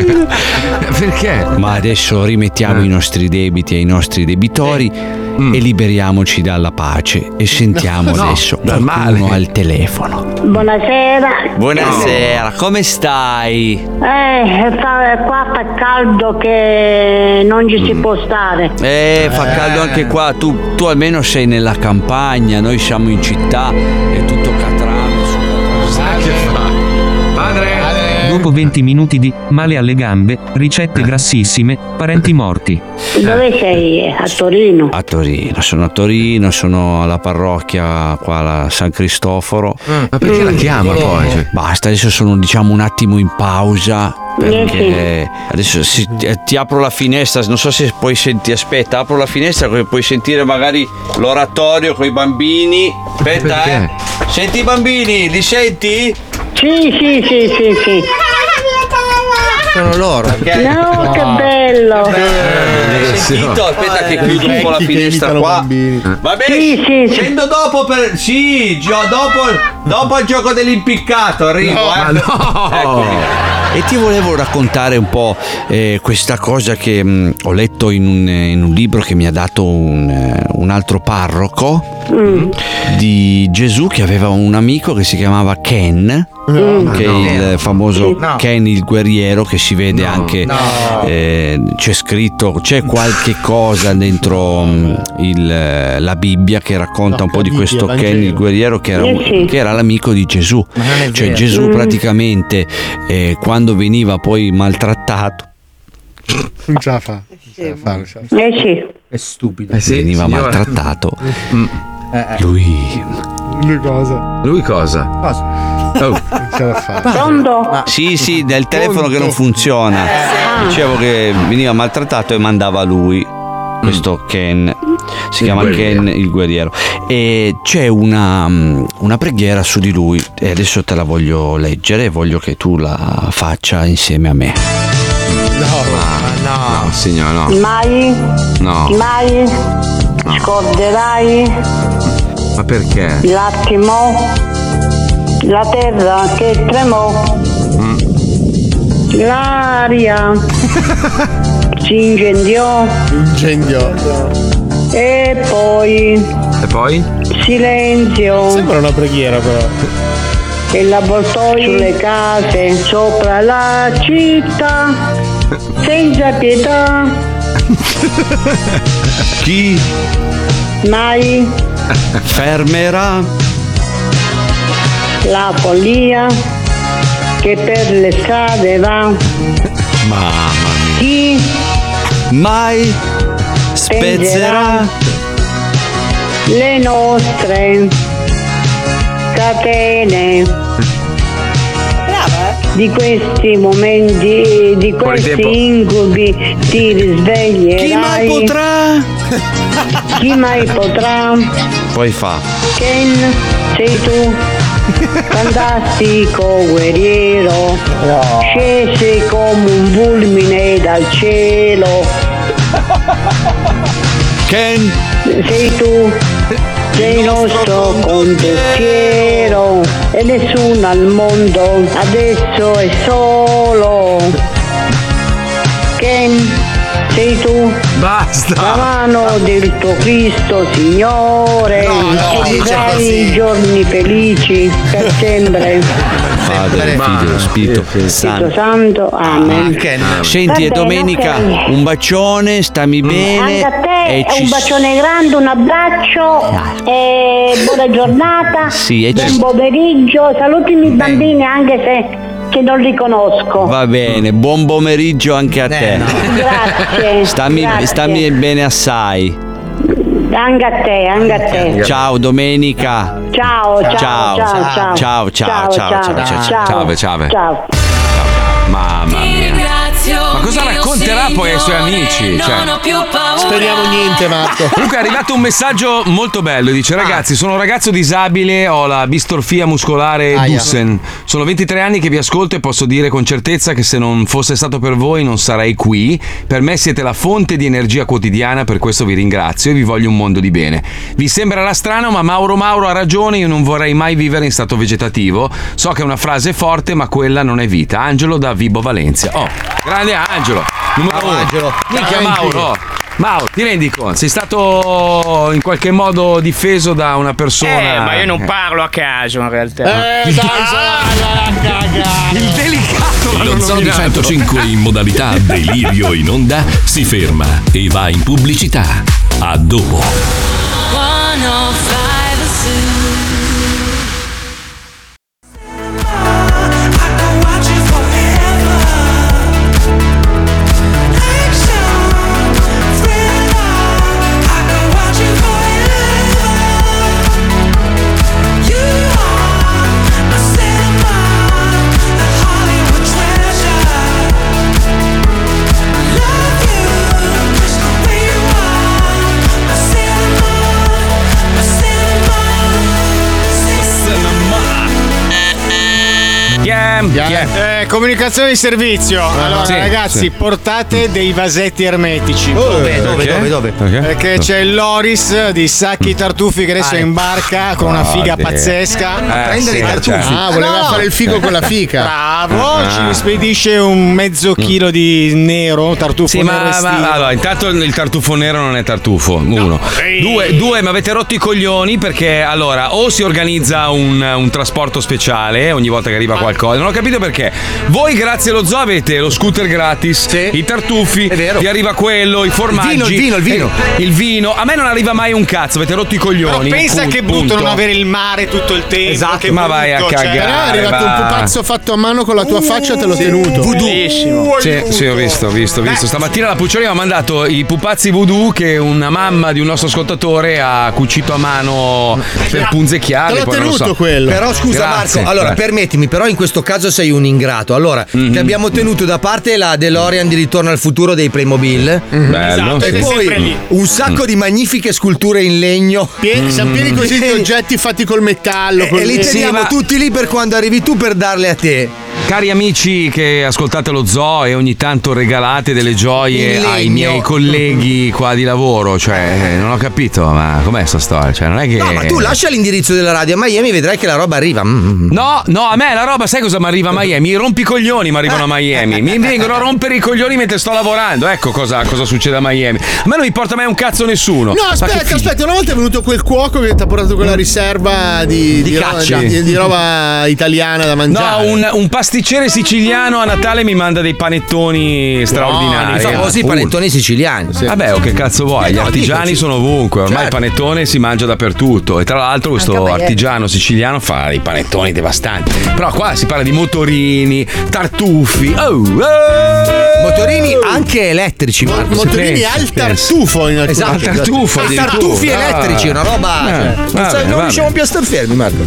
Perché? Ma adesso rimettiamo i nostri debiti ai nostri debitori e liberiamoci dalla pace e sentiamo No, adesso dal qualcuno al telefono. Buonasera. Buonasera, come stai? Eh, fa, qua fa caldo che non ci si può stare. Eh, fa caldo anche qua, tu, tu almeno sei nella campagna, noi siamo in città, è tutto catrame su catrame. Che fa? Padre! Dopo venti minuti di male alle gambe, ricette grassissime, parenti morti. Dove sei? A Torino? A Torino, sono a Torino, sono alla parrocchia qua alla San Cristoforo. Ma perché la chiama poi? Basta, adesso sono diciamo un attimo in pausa. Perché adesso si- ti, ti apro la finestra, non so se puoi sentire, aspetta, apro la finestra così puoi sentire magari l'oratorio con i bambini. Aspetta, Perché? eh. Senti i bambini, li senti? Sì, sì, sì, sì, sì. Sono loro. No, che bello. Hai sentito? Aspetta che chiudo un po' la finestra qua. Va bene, Sì, sì, sì. scendo dopo per. Sì, gio- dopo, dopo il gioco dell'impiccato arrivo, No, eh. ma no! Eccomi. E ti volevo raccontare un po' eh, questa cosa che mh, ho letto in un, in un libro che mi ha dato un, eh, un altro parroco Mm. di Gesù, che aveva un amico che si chiamava Ken. Mm. Che è il famoso No. Ken il guerriero, che si vede anche eh, c'è scritto, c'è qualche cosa dentro mh, il, la Bibbia che racconta un po' di Bibbia, questo Vangelo. Ken il guerriero che era, Eh un- sì. che era l'amico di Gesù. Cioè Gesù Mm. praticamente eh, quando veniva poi maltrattato Non ce la fa. Non ce la fa, non ce la fa. Eh sì. È stupido. Eh sì, veniva signora. maltrattato Eh, lui Lui cosa? Lui cosa? Cosa? Oh. Non ce la fa. Pronto? sì sì del telefono che non Eh, funziona. Dicevo che veniva maltrattato e mandava lui questo Ken, si Il chiama guerriero. Ken il guerriero, e c'è una, una preghiera su di lui e adesso te la voglio leggere e voglio che tu la faccia insieme a me. No, signora, no. Mai, No. mai scorderai Ma perché? l'attimo, la terra che tremò, Mm. l'aria si incendiò Incendio. e poi E poi? silenzio Sembra una preghiera però. e l'avvoltoi sulle case sopra la città senza pietà. Chi Mai fermerà la follia che per le strade va. mamma mia, Chi mai spezzerà le nostre catene di questi momenti, di Fuori questi tempo. incubi ti risveglierai. chi mai potrà Chi mai potrà? poi fa Ken, sei tu, fantastico guerriero, scese come un fulmine dal cielo. Ken Sei tu, sei il nostro condottiero e nessuno al mondo adesso è solo. Ken, sei tu, Basta! la mano del tuo Cristo Signore, No, no, e ti dice dai così. i giorni felici per sempre. Padre, Figlio, Spirito Spirito Santo. Santo, amen. Senti, e Va bene, domenica ok. un bacione, stammi bene. Anche a te, e ci un bacione grande, un abbraccio, e buona giornata, Sì, e ci- buon pomeriggio, salutimi i bambini anche se, che non li conosco. Va bene, buon pomeriggio anche a te. Grazie. Stammi, grazie. stammi bene assai. Anche a te, anche a te. Ciao domenica. Ciao, ciao, Ciao. ciao, ciao. Ciao, ciao, ciao, ciao, ciao, ciao. Ciao, ciao. Ciao. Mamma mia. Ringrazio Ma cosa mio racconta racconterà poi ai suoi amici. Cioè. Speriamo niente, Marco. Comunque è arrivato un messaggio molto bello. Dice: ragazzi, sono un ragazzo disabile, ho la distrofia muscolare Aia. Dussen. Sono ventitré anni che vi ascolto e posso dire con certezza che se non fosse stato per voi non sarei qui. Per me siete la fonte di energia quotidiana, per questo vi ringrazio e vi voglio un mondo di bene. Vi sembrerà strano, ma Mauro Mauro ha ragione, io non vorrei mai vivere in stato vegetativo. So che è una frase forte, ma quella non è vita. Angelo da Vibo Valencia. Oh, grande Angelo. Numero Ciao, uno. Angelo. Minchia Ciao, Mauro. Mauro, ti rendi conto? Sei stato in qualche modo difeso da una persona. Eh, ma io non parlo a caso in realtà. Eh, dai, Il delicato. Lo Zoo di centocinque in modalità delirio in onda si ferma e va in pubblicità. A dopo. Yeah. Eh, comunicazione di servizio. Allora, sì, ragazzi, sì. portate dei vasetti ermetici. Dove, dove, Perché? dove, dove? Perché? Perché c'è il Loris di Sacchi Tartufi che adesso Ah, è in barca con una figa Guarda. pazzesca. Eh, Prendere sì, i tartufi. certo. Ah, voleva No. fare il figo con la fica. Bravo, Ah. ci spedisce un mezzo chilo di nero, tartufo Sì, nero ma, estivo. ma allora, intanto il tartufo nero non è tartufo. Uno. Due, due, ma avete rotto i coglioni perché allora o si organizza un, un trasporto speciale ogni volta che arriva qualcosa. Non ho capito perché. Voi, grazie allo zoo, avete lo scooter gratis, Sì. i tartufi, È vero. vi arriva quello, i formaggi. Il vino, il vino, il vino. eh, il vino. A me non arriva mai un cazzo, avete rotto i Però coglioni. pensa Pu- che brutto punto. non avere il mare tutto il tempo. Esatto, che ma vai a brutto, cagare. Però è arrivato va. un pupazzo fatto a mano con la tua faccia, te l'ho tenuto. Bellissimo. Sì, sì, ho visto, ho visto, ho visto. Stamattina la Puccioni mi ha mandato i pupazzi voodoo che una mamma di un nostro ascoltatore ha cucito a mano per punzecchiare. Te l'ho poi non lo tenuto so. quello. Però scusa Grazie. Marco, allora Eh. permettimi, però in questo caso sei un ingrato. Allora, Mhm. ti abbiamo tenuto da parte la DeLorean di Ritorno al futuro dei Playmobil. Bello. Esatto, E è poi sempre lì. un sacco di magnifiche sculture in legno. Pie- Siamo pieni così di oggetti fatti col metallo. E, col- e li Sì, teniamo ma- tutti lì per quando arrivi tu per darle a te. Cari amici che ascoltate lo zoo e ogni tanto regalate delle gioie In legno. ai miei colleghi qua di lavoro, cioè eh, non ho capito, ma com'è sta storia? Cioè, non è che No, ma tu lascia l'indirizzo della radio a Miami e vedrai che la roba arriva. Mm. No, no, a me la roba, sai cosa mi arriva a Miami? I rompicoglioni mi arrivano a Miami. Mi vengono a rompere i coglioni mentre sto lavorando. Ecco cosa, cosa succede a Miami. A me non mi porta mai un cazzo nessuno. No, Ma aspetta, che figli- aspetta, una volta è venuto quel cuoco che ti ha portato quella riserva di, Di roba, caccia. di, di roba italiana da No, mangiare. un, un pasticcere siciliano a Natale mi manda dei panettoni straordinari. I famosi Uh. panettoni siciliani. Vabbè, o che cazzo vuoi? Gli No, artigiani dico, sì. sono ovunque. Ormai Certo. il panettone si mangia dappertutto. E tra l'altro, questo Anche a Miami. artigiano siciliano fa dei panettoni devastanti. Però qua si parla di motorini, tartufi. Oh, eh! Motorini anche elettrici, Marco. Motorini pensi, al pensi. tartufo in alcuni Esatto, Al tartufo, Al addirittura. tartufi Ah. elettrici, una roba. Eh, cioè, non, va sai- bene, non va riusciamo bene. più a star fermi, Marco.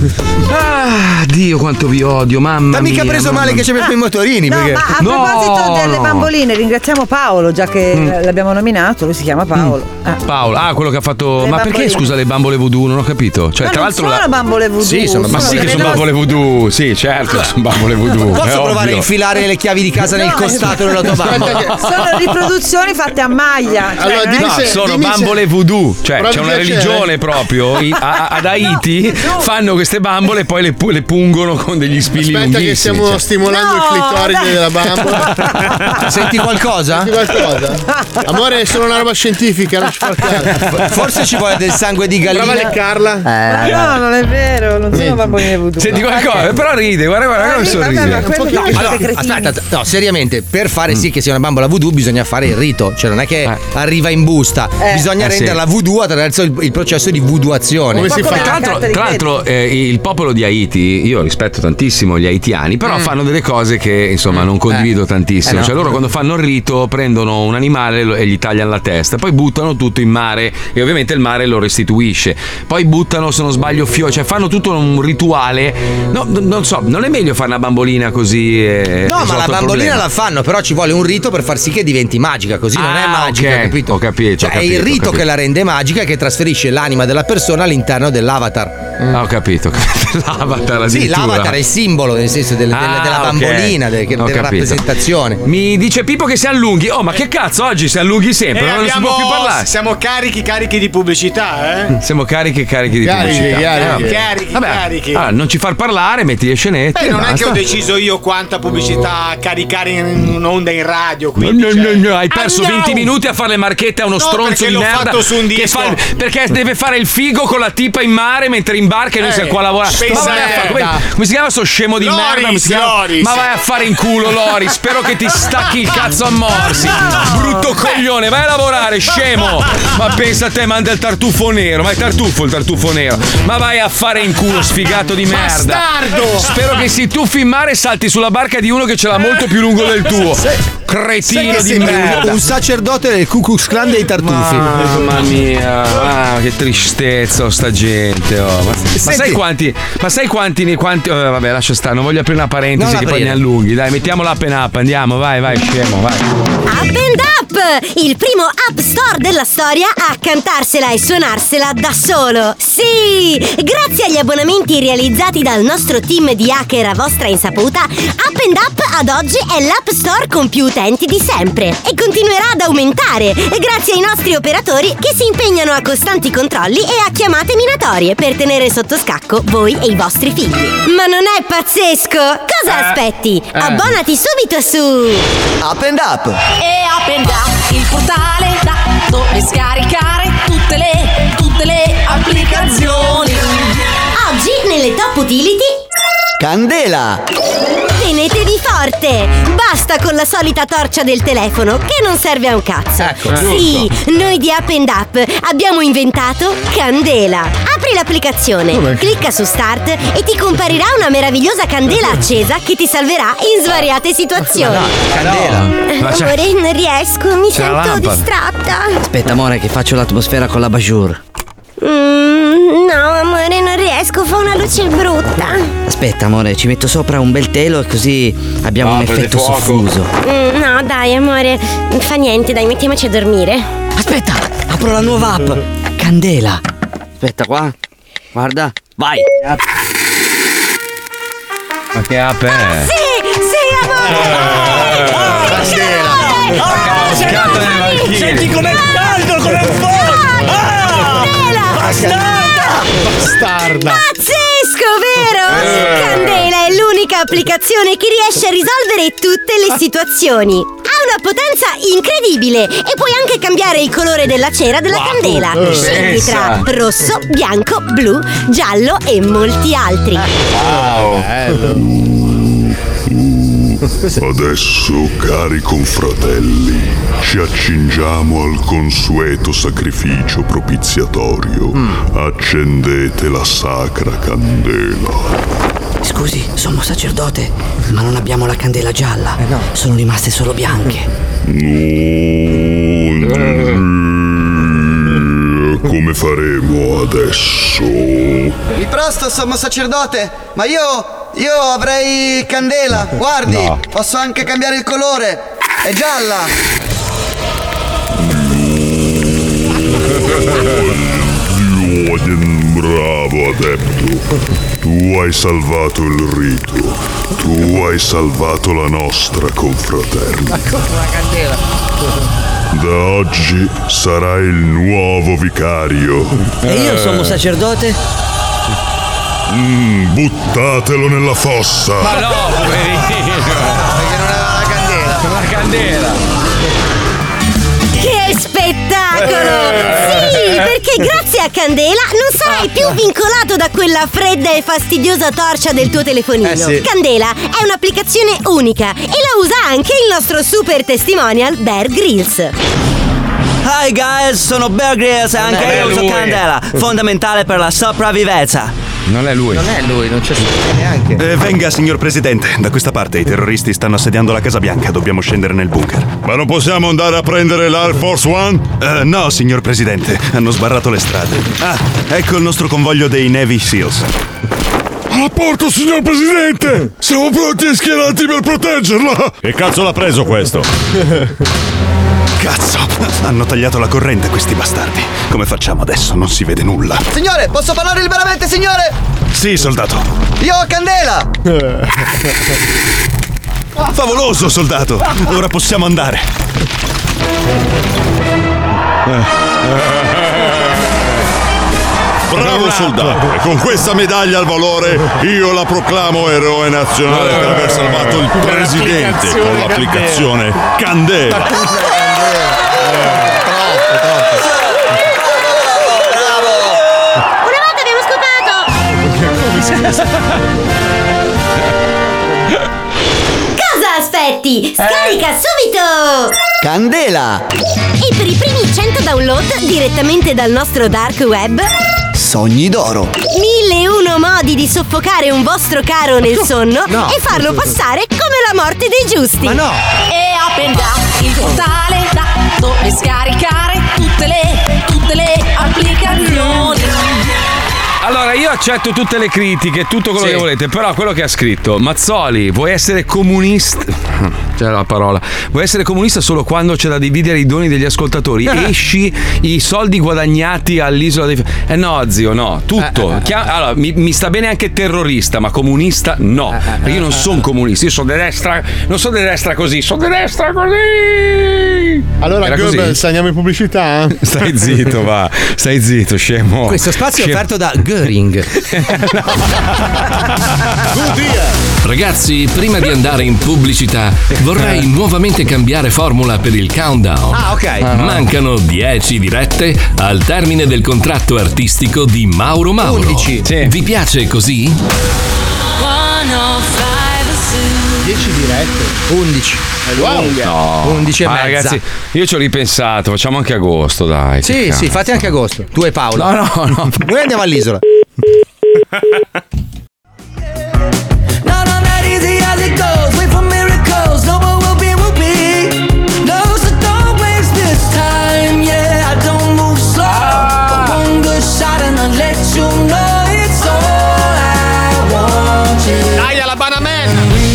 Ah, Dio, quanto vi odio, mamma T'ha mica mia, preso mamma male mia. che c'è per i motorini. No, perché... ma a No, proposito delle no. bamboline, ringraziamo Paolo, già che Mm. l'abbiamo nominato, lui si chiama Paolo. Ah. Paolo, ah, quello che ha fatto. Le Ma perché bamboline. scusa le bambole voodoo? Non ho capito. Cioè, Ma tra non l'altro. sono la- bambole voodoo. Sì, sono Ma sì che delle sono nostre- bambole voodoo, sì, certo, sono bambole voodoo. Posso è provare ovvio. a infilare le chiavi di casa nel No, costato della tua bambola? Sono riproduzioni fatte a maglia. Cioè, Allora, non è- dimmi No, se- sono dimmi se- bambole voodoo, cioè Però c'è mi una piace- religione proprio i- a- a- ad Haiti fanno queste bambole e poi le, pu- le pungono con degli spilli Aspetta lunghissimi. che stiamo cioè. stimolando No, il clitoride dai. della bambola. Senti qualcosa? Senti qualcosa? Amore, è solo una roba scientifica, non ci far caso. Forse ci vuole del sangue di Prova a gallina. leccarla. Ma no, non è vero, non sono bamboline voodoo. Senti qualcosa, però ride, guarda, guarda, Ah, come sì, sorride. vabbè, ma quello pochino. che Allora, siete cretini. aspetta, no, seriamente, per fare sì che sia una bambola voodoo bisogna fare il rito, cioè non è che arriva in busta, Eh. bisogna Eh, sì. renderla voodoo attraverso il, il processo di voodooazione. Come si Come fa? Tra l'altro, carta di tra l'altro, eh, il popolo di Haiti, io rispetto tantissimo gli haitiani, però però fanno delle cose che insomma non condivido tantissimo. Eh, no. Cioè loro quando fanno il rito prendono un animale e gli tagliano la testa, poi buttano tutto in mare e ovviamente il mare lo restituisce. Poi buttano, se non sbaglio, fiori, cioè fanno tutto un rituale. No, n- non so, non è meglio fare una bambolina così? E No, ma la bambolina la fanno, però ci vuole un rito per far sì che diventi magica, così non è Ah, magica, ok. capito? Ho capito. Cioè ho è capito, il ho rito capito. che la rende magica e che trasferisce l'anima della persona all'interno dell'avatar. Ah, ho capito. L'avatar Sì, addirittura. l'avatar è il simbolo, nel senso del- del- Ah, della ok. bambolina, del- Ho della capito. rappresentazione. Mi dice Pippo che si allunghi. Oh, ma che cazzo, oggi si allunghi sempre, E non si può più parlare. Siamo carichi, carichi di pubblicità, eh? Siamo carichi e carichi di Carichi, pubblicità. carichi. Eh, vabbè. Carichi, Vabbè, carichi. allora, non ci far parlare, metti le scenette. Beh, e non è che basta. ho deciso io quanta pubblicità caricare in un'onda in radio. Quindi, No, no, cioè- no, no, hai perso Ah, no! venti minuti a fare le marchette a uno No, stronzo perché di l'ho merda fatto su un che disco. fa- perché deve fare il figo con la tipa in mare mentre in barca e noi Eh, siamo qua a lavorare. Ma pensa vai a fare- merda. come, come si chiama sto scemo di Loris, merda? Come si chiama? Loris. Ma vai a fare in culo, Lori. Spero che ti stacchi il cazzo a morsi. Brutto coglione, vai a lavorare, scemo. Ma pensa a te, manda il tartufo nero. Ma è tartufo il tartufo nero. Ma vai a fare in culo, sfigato di merda. Bastardo. Spero che si tuffi in mare e salti sulla barca di uno che ce l'ha molto più lungo del tuo. Cretino di merda. Un sacerdote del Ku Klux Klan dei tartufi. Mamma mia, ah, che tristezza oh, sta gente. Oh. Ma, ma sai quanti? Ma sai quanti? ne- quanti oh, vabbè, lascia stare, non voglio aprire una parentesi Non che poi aprire. ne allunghi. Dai, mettiamo l'app and up, andiamo, vai, vai, scemo, vai. Up and Up, il primo app store della storia a cantarsela e suonarsela da solo. Sì, grazie agli abbonamenti realizzati dal nostro team di hacker a vostra insaputa, Up and Up ad oggi è l'app store con più utenti di sempre e continuerà ad aumentare grazie ai nostri operatori che si impegnano a costanti controlli e a chiamate minatorie per tenere sotto scacco voi e i vostri figli. Ma non è pazzesco? Cosa Eh, aspetti? eh. Abbonati subito su Up and Up. E Up and Up, il portale da dove scaricare tutte le, tutte le applicazioni. Oggi nelle top utility Candela! tenetevi forte! Basta con la solita torcia del telefono che non serve a un cazzo. Ecco, sì, giusto. noi di Up and Up abbiamo inventato Candela. Apri l'applicazione, Come? clicca su Start e ti comparirà una meravigliosa candela accesa che ti salverà in svariate situazioni. Candela! Eh, Ma c'è- Amore, non riesco, mi c'è la sento lampada. distratta. Aspetta, amore, che faccio l'atmosfera con la Bajur. Mm, no, amore, non riesco, fa una luce brutta. Aspetta, amore, ci metto sopra un bel telo e così abbiamo Ah, un prende effetto fuoco. soffuso. Mm, no, dai, amore, fa niente, dai, mettiamoci a dormire. Aspetta, apro la nuova app. Candela. Aspetta qua. Guarda. Vai. Ma che app è? Sì, sì, amore! Cascato nelle Valchirie. Senti com'è caldo, com'è forte! Bastarda! Bastarda! Pazzesco, vero? Eh. Candela è l'unica applicazione che riesce a risolvere tutte le situazioni. Ha una potenza incredibile e puoi anche cambiare il colore della cera della Wow. candela. Eh. Scegli tra Pensa. rosso, bianco, blu, giallo e molti altri. Wow. Adesso, cari confratelli, ci accingiamo al consueto sacrificio propiziatorio. Accendete la sacra candela. Scusi, sono sacerdote, ma non abbiamo la candela gialla. Sono rimaste solo bianche. Come faremo adesso? Mi prosto, sommo sacerdote, ma io. Io avrei candela. Guardi, No. posso anche cambiare il colore. È gialla. Bravo adepto, tu hai salvato il rito, tu hai salvato la nostra confraternita. Da oggi sarai il nuovo vicario. E io sono sacerdote? Mm, buttatelo nella fossa. Ma no, poverino. Perché non aveva la candela. La candela. Che spettacolo! Sì, perché grazie a Candela non sarai più vincolato da quella fredda e fastidiosa torcia del tuo telefonino. Eh sì. Candela è un'applicazione unica e la usa anche il nostro super testimonial Bear Grylls. Hi guys, sono Bear Grylls e anche Eh, io uso lui. candela, fondamentale per la sopravvivenza. Non è lui. Non è lui, non c'è neanche. Eh, venga, signor Presidente. Da questa parte i terroristi stanno assediando la Casa Bianca. Dobbiamo scendere nel bunker. Ma non possiamo andare a prendere l'Air Force One? Uh, no, signor Presidente. Hanno sbarrato le strade. Ah, ecco il nostro convoglio dei Navy Seals. A porto, signor Presidente! Siamo pronti e schierati per proteggerla! Che cazzo l'ha preso questo? Cazzo! Hanno tagliato la corrente questi bastardi. Come facciamo adesso? Non si vede nulla. Signore, posso parlare liberamente, signore? Sì, soldato. Io ho candela! Favoloso, soldato! Ora possiamo andare. Bravo soldato! E con questa medaglia al valore io la proclamo eroe nazionale per aver salvato il presidente con l'applicazione Candela. Una volta abbiamo scopato! Cosa aspetti? Scarica subito! Candela! E per i primi cento download direttamente dal nostro dark web, Sogni d'oro. mille e uno modi di soffocare un vostro caro nel sonno no. e farlo passare come la morte dei giusti. Ma no! E open da il portale da dove scaricare tutte le, tutte le applicazioni. Allora, io accetto tutte le critiche, tutto quello Sì. che volete, però quello che ha scritto Mazzoli, vuoi essere comunista? C'è la parola. Vuoi essere comunista solo quando c'è da dividere i doni degli ascoltatori? Esci i soldi guadagnati all'isola dei. Eh no, zio, no, tutto. Eh, eh, Chia- allora, mi, mi sta bene anche terrorista, ma comunista no. Perché io non sono comunista, io sono di destra, non sono di destra così, sono di destra così. Allora, Era così? Goebbels, andiamo in pubblicità? Stai zitto, va. Stai zitto, scemo. Questo spazio è Scemo. offerto da Göring. Ragazzi, prima di andare in pubblicità, vorrei nuovamente cambiare formula per il countdown. Ah, ok. Mancano dieci dirette al termine del contratto artistico di Mauro Mauro. undici. Sì. Vi piace così? dieci dirette. undici. È lunga. No. undici e Ah, mezza. ragazzi, io ci ho ripensato, facciamo anche agosto, dai. Sì, che sì, cazzo. fate anche agosto. Tu e Paolo. No, no, no. Noi andiamo all'isola. Not on that easy as it goes. Wait for miracles. No more will be, will be. No, so don't waste this time. Yeah, I don't move slow. But one good shot and I'll let you know it's all I want you. Dai alla Banaman!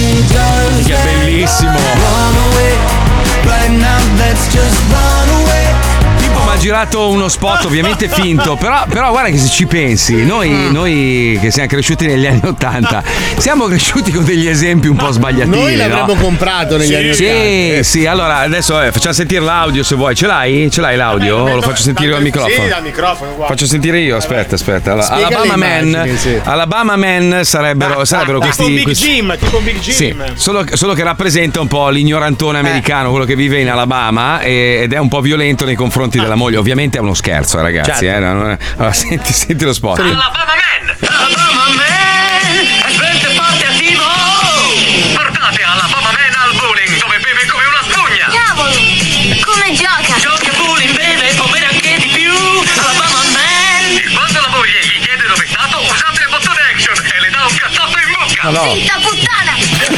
Che bellissimo. Run away. Right now, let's just run away. Tipo mi ha girato uno spot ovviamente finto, però, però guarda che se ci pensi, noi, noi che siamo cresciuti negli anni Ottanta, siamo cresciuti con degli esempi un po' sbagliatini. Noi l'avremmo no? comprato negli sì, anni Sì, Ottanta. sì, allora adesso eh, facciamo sentire l'audio se vuoi. Ce l'hai? Ce l'hai l'audio? Lo faccio sentire al microfono. Sì, dal microfono, guarda. Faccio sentire io, aspetta, aspetta. Alla- Spiega Alabama le Man, immagini, sì. Alabama Man sarebbero, sarebbero Tipo questi. un Big questi- Jim, tipo un Big Jim. Sì, solo, solo che rappresenta un po' l'ignorantone americano, quello che vive in Alabama e- ed è un po' violento nei confronti della moglie. Ovviamente è uno scherzo, eh, ragazzi. Certo. Eh, non è- allora, senti, senti lo spot. Alabama Man! Alabama Man! È svente e forte attivo! Portate Alabama Man al bowling dove beve come una spugna! Cavolo! Come gioca? Gioca a bowling, beve e può bere anche di più! Alabama Man! E quando la moglie gli chiede dove è stato, usate il bottone action e le dà un cazzotto in bocca! Ma no. Finta puttana!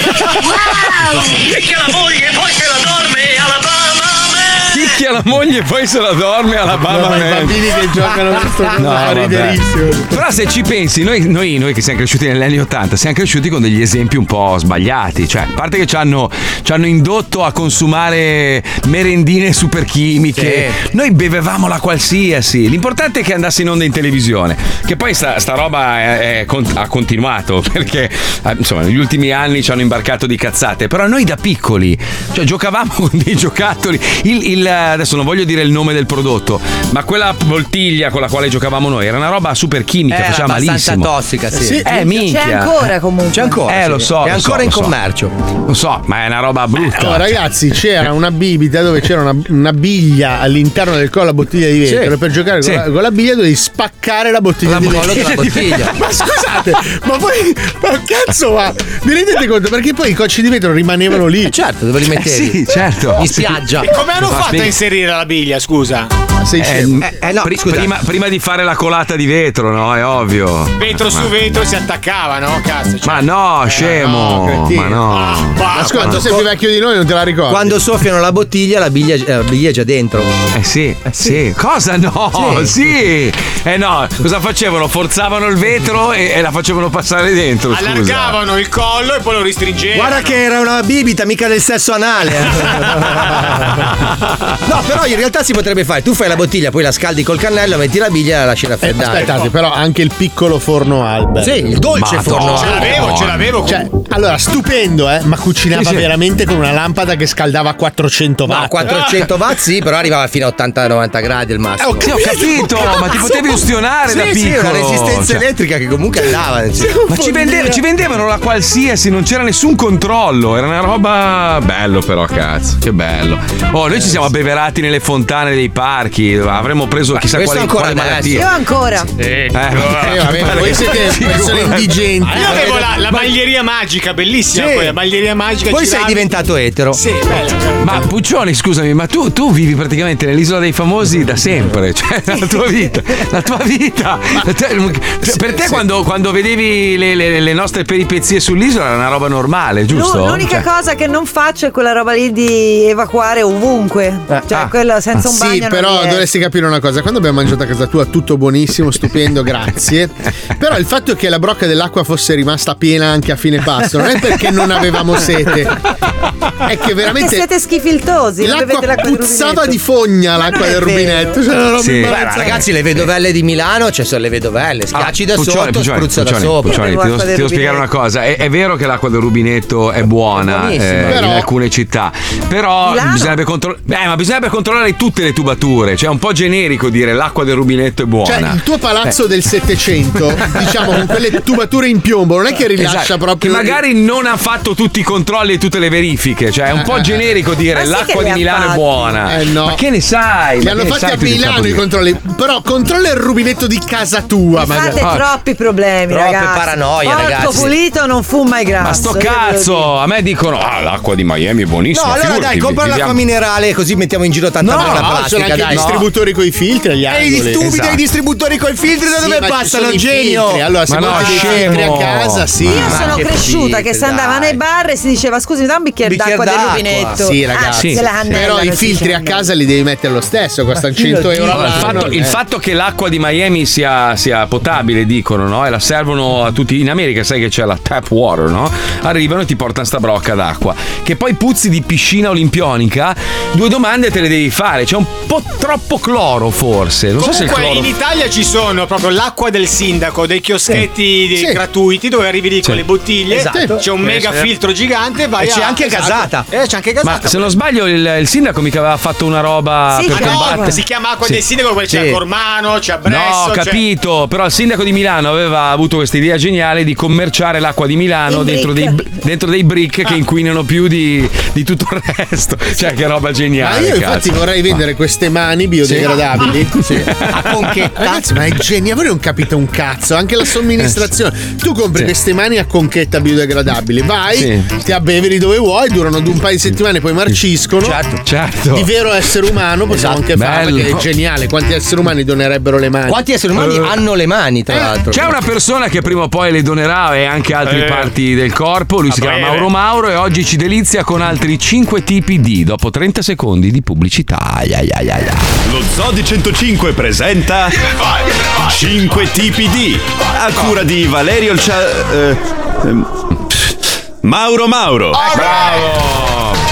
Wow! Picchia la moglie e poi se la dorme! Alabama Man! Picchia la moglie e poi se la dorme Alabama No, ma i Man. bambini che giocano a questo gioco No, fa vabbè. riderissimo. Però se ci pensi, noi, noi, noi che siamo cresciuti negli anni Ottanta siamo cresciuti con degli esempi un po' sbagliati. Cioè, a parte che ci hanno, ci hanno indotto a consumare merendine super chimiche, noi bevevamo la qualsiasi. L'importante è che andasse in onda in televisione. Che poi sta, sta roba è- è con- ha continuato perché eh, insomma negli ultimi anni ci hanno imbarcato di cazzate. Però noi da piccoli, cioè, giocavamo con dei giocattoli. Il, il- adesso non voglio dire il nome del prodotto, ma quella bottiglia con la quale giocavamo noi era una roba super chimica, Era faceva abbastanza malissimo. tossica, sì. Eh, C'è minchia. ancora comunque. C'è ancora. Eh, sì. lo so. È lo ancora so, in lo so. commercio. Lo so, ma è una roba brutta. Allora, ragazzi, c'era una bibita dove c'era una, una biglia all'interno del collo, la bottiglia di vetro. Sì. E per giocare Sì. con, la, con la biglia dovevi spaccare la bottiglia La di collo vetro. della bottiglia. Ma scusate, ma poi, ma cazzo, ma vi rendete conto? Perché poi i cocci di vetro rimanevano lì. Eh, certo, dove li Eh, mettevi? sì, certo. In spiaggia. E come hanno Ma fatto a spiega- inserire la biglia, scusa? Sei scemo. Eh, eh, no, pri- prima, prima di fare la colata di vetro, no? È ovvio. Vetro su Ma- vetro si attaccava, no? Cazzo. Cioè. Ma no, scemo. no, ma no. Ma scusa, tu sei più vecchio di noi, non te la ricordi? Quando soffiano la bottiglia, la biglia, la biglia è già dentro. Eh sì, sì. Cosa no? Sì. Sì. Eh no, cosa facevano? Forzavano il vetro e, e la facevano passare dentro. Scusa. Allargavano il collo e poi lo restringevano. Guarda che era una bibita, mica del sesso anale. eh. No, però in realtà si potrebbe fare. Tu fai la bottiglia, poi la scaldi col cannello, metti la biglia e la lasci Eh, raffreddare. aspettate, però anche il piccolo forno Albert. Sì, il dolce forno Ce l'avevo, ce l'avevo. Cioè, allora, stupendo, eh, ma cucinava Sì, sì. veramente con una lampada che scaldava a quattrocento watt. No, quattrocento watt sì, però arrivava fino a ottanta novanta gradi al massimo. Sì, ho capito, ma ti potevi ustionare sì, da sì, piccolo. una resistenza Cioè. elettrica che comunque andava. Sì. Ma ci, vende- ci vendevano la qualsiasi, non c'era nessun controllo. Era una roba. Bello, però, cazzo. Che bello. Oh, noi ci siamo abbeverati nelle fontane dei parchi. Avremmo preso chissà questo quale, ancora quale adesso. Io malattia. ancora. Eh, vabbè, voi siete persone indigenti. Io avevo la, la maglieria magica, bellissima. Sì. Poi la maglieria magica. Poi sei giravi- diventato etero. Sì, bello. Ma Puccioni, scusami, ma tu, tu vivi praticamente nell'isola dei famosi da sempre, cioè la tua vita, la tua vita. Cioè, per te quando, quando vedevi le, le- le nostre peripezie sull'isola era una roba normale, giusto? L'u- L'unica Cioè, cosa che non faccio è quella roba lì di evacuare ovunque. Cioè, ah. quella senza un bagno. Sì, non però riesco. dovresti capire una cosa. Quando abbiamo mangiato a casa tua, tutto buonissimo, stupendo, grazie. Però il fatto che la brocca dell'acqua fosse rimasta piena anche a fine pasto non è perché non avevamo sete. È che veramente Che siete schifiltosi. non bevete l'acqua l'acqua del puzzava rubinetto. di fogna, l'acqua non è del rubinetto. vero. Cioè, una roba Sì. Guarda, imbarazzante. ragazzi, le vedovelle di Milano, cioè sono le vedovelle, schiacci da Puccioni, sotto, Puccioni, spruzza da Puccioni, sopra. Puccioni, ti devo, L'acqua del ti devo spiegare una rubinetto. cosa. È, è vero che l'acqua del rubinetto è buona È buonissima. eh, Però- in alcune città, però Milano? bisognerebbe, contro- Beh, ma bisognerebbe controllare tutte le tubature. Cioè, è un po' generico dire l'acqua del rubinetto è buona. Cioè, il tuo palazzo Eh. del Settecento, diciamo, con quelle tubature in piombo, non è che rilascia Esatto, proprio. che magari non ha fatto tutti i controlli e tutte le verifiche, cioè è un po' generico dire Ma sì l'acqua che di li ha Milano è fatti. buona. Eh, no. Ma che ne sai? Li Ma hanno che ne fatti sai a tu di Milano i Capodillo? controlli. Però controlla il rubinetto di casa tua, Mi magari. fate Ah. troppi problemi, Troppe ragazzi. paranoia, Porco ragazzi. pulito non fu mai grasso. Ma sto io ve lo dico. cazzo, a me dicono ah, l'acqua di Miami è No, buonissima. allora figurati, dai, compra l'acqua viviamo- minerale così mettiamo in giro tanta No, buona no, sono plastica, anche dai. i distributori con i filtri agli E angoli. gli stupidi Esatto. i distributori con i filtri da Sì, dove ma ci passano, sono i genio? filtri. Allora, se Ma no, porti dei filtri a scemo. casa, sì. Ma- Io ma- sono che cresciuta che si filtri, andava dai. nei bar e si diceva scusi mi dà un bicchiere Bicchiere d'acqua del d'acqua. rubinetto. Sì, ragazzi. Ah, della cannella, Però i non si filtri dice a cannella. casa li devi mettere lo stesso, costano chi lo cento euro dice? Allora, il, all'anno. fatto, il eh. fatto che l'acqua di Miami sia, sia potabile, dicono, no? E la servono a tutti. In America sai che c'è la tap water, no? Arrivano e ti portano sta brocca d'acqua. Che poi puzzi di piscina olimpionica, due domande te le devi fare. C'è un po' troppo cloro, forse. Non so se il Comunque cloro. in Italia ci sono proprio l'acqua del sindaco, dei chioschetti di- Sì. gratuiti dove arrivi lì con Sì. le bottiglie, Esatto. c'è un mega Sì. filtro gigante, vai E c'è a- anche esatto. gasata. Eh, c'è anche gasata. Ma se non sbaglio, il, il sindaco mica aveva fatto una roba Sì, per che Ma no, combattere. si chiama acqua Sì. del sindaco perché c'è Sì. a Cormano, c'è a Bresso. No, ho c'è- capito, però il sindaco di Milano aveva avuto questa idea geniale di commerciare l'acqua di Milano In dentro dei, brick. dentro dei brick che inquinano più di, di tutto il resto. Cioè, che roba Ma geniale. io infatti cazzo. vorrei vendere queste mani biodegradabili A conchetta. Ragazzi, ma è geniale, voi non capite un cazzo, anche la somministrazione. Tu compri Sì. queste mani a conchetta biodegradabili, vai, Sì. ti abbeveri dove vuoi, durano un paio di settimane, poi marciscono. Certo. Certo. Di vero essere umano possiamo Esatto. anche farlo, Bello. perché è geniale. Quanti esseri umani donerebbero le mani? Quanti esseri umani Eh. hanno le mani, tra l'altro? C'è una persona che prima o poi le donerà e anche altre Eh. parti del corpo. Lui si chiama breve. Mauro Mauro e oggi ci delizia con altri cinque tipi di dopo trenta secondi di pubblicità. Ai, ai, ai, ai, ai. Lo Zoo di centocinque presenta cinque tipi di a cura di Valerio il Cia- eh, ehm, Mauro Mauro. Bravo!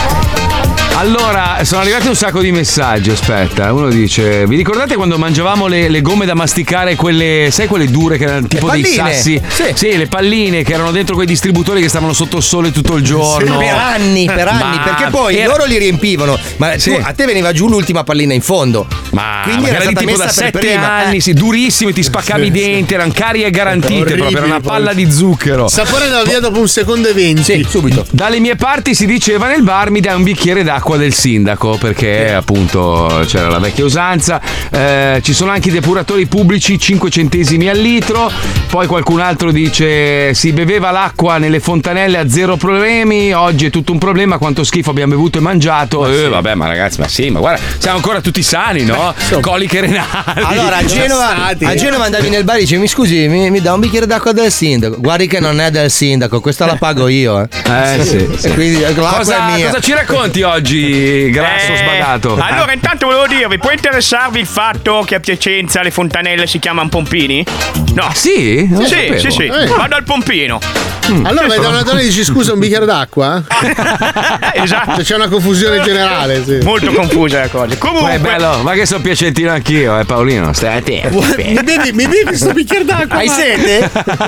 Allora, sono arrivati un sacco di messaggi, aspetta, uno dice, vi ricordate quando mangiavamo le, le gomme da masticare, quelle, sai quelle dure che erano tipo dei palline? sassi? Sì. le palline che erano dentro quei distributori che stavano sotto il sole tutto il giorno. Per anni, per anni, Ma perché poi per- loro li riempivano, ma Sì. tu- a te veniva giù l'ultima pallina in fondo. Ma Quindi magari era stata tipo da messa per sette prima. anni, Eh. sì, durissime, ti spaccavi i denti, erano cari e garantite, Orribili, proprio, era una poi. palla di zucchero. Il sapore andava via dopo un secondo e venti. Sì, subito. Dalle mie parti si diceva nel bar mi dai un bicchiere d'acqua l'acqua del sindaco perché appunto c'era la vecchia usanza. Eh, ci sono anche i depuratori pubblici cinque centesimi al litro. Poi qualcun altro dice si beveva l'acqua nelle fontanelle a zero problemi, oggi è tutto un problema, quanto schifo abbiamo bevuto e mangiato. Eh, vabbè, ma ragazzi, ma sì, ma guarda, siamo ancora tutti sani, no? Beh, coliche renali. Allora a Genova, a Genova andavi nel bar e dicevi mi scusi, mi, mi dà un bicchiere d'acqua del sindaco. Guardi che non è del sindaco, questa la pago io. Eh, eh sì, sì. E quindi l'acqua cosa, è mia. Cosa ci racconti oggi, grasso Eh, sbadato? Allora, intanto volevo dirvi, può interessarvi il fatto che a Piacenza le fontanelle si chiamano pompini? No. Sì? Non Sì, sapevo. sì, sì. Eh. Vado al pompino. Allora vai da una donna e dici scusa un bicchiere d'acqua? Esatto. C'è una confusione generale, sì. Molto confusa la cosa. Ma è Comunque, bello, ma che sono piacentino anch'io, eh Paolino, stai attento. Mi bevi, mi bevi questo bicchiere d'acqua? Hai sete?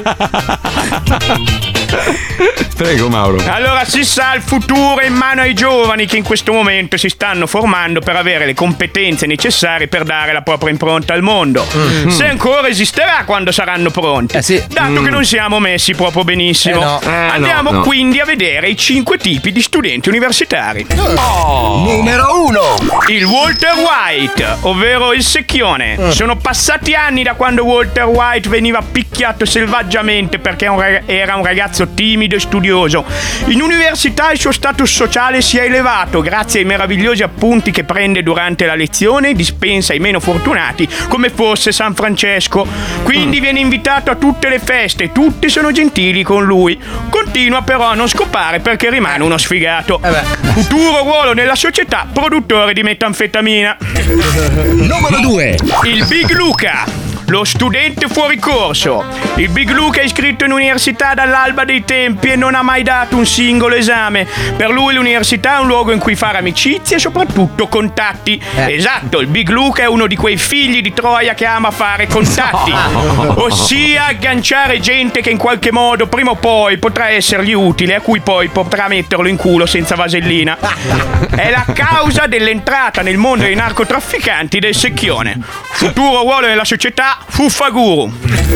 Prego Mauro. allora si sa, il futuro è in mano ai giovani che in questo momento si stanno formando per avere le competenze necessarie per dare la propria impronta al mondo. Mm. Se ancora esisterà quando saranno pronti. Eh sì. Dato Mm. che non siamo messi proprio benissimo. Eh no. Eh, Andiamo no, no. quindi a vedere i cinque tipi di studenti universitari. Oh. Numero uno. Il Walter White, ovvero il secchione. Mm. Sono passati anni da quando Walter White veniva picchiato selvaggiamente perché un rag- era un ragazzo timido e studioso. In università il suo status sociale si è elevato grazie ai meravigliosi appunti che prende durante la lezione e dispensa ai meno fortunati come fosse San Francesco. Quindi viene invitato a tutte le feste, tutti sono gentili con lui. Continua però a non scopare perché rimane uno sfigato. Futuro ruolo nella società, produttore di metanfetamina. Numero due. Il Big Luca, lo studente fuori corso. Il Big Luca è iscritto in università dall'alba dei tempi e non ha mai dato un singolo esame. Per lui l'università è un luogo in cui fare amicizie e soprattutto contatti. Eh. Esatto, il Big Luca è uno di quei figli di Troia che ama fare contatti. Ossia agganciare gente che in qualche modo prima o poi potrà essergli utile, a cui poi potrà metterlo in culo senza vasellina. È la causa dell'entrata nel mondo dei narcotrafficanti del secchione. Futuro ruolo nella società, fuffaguru.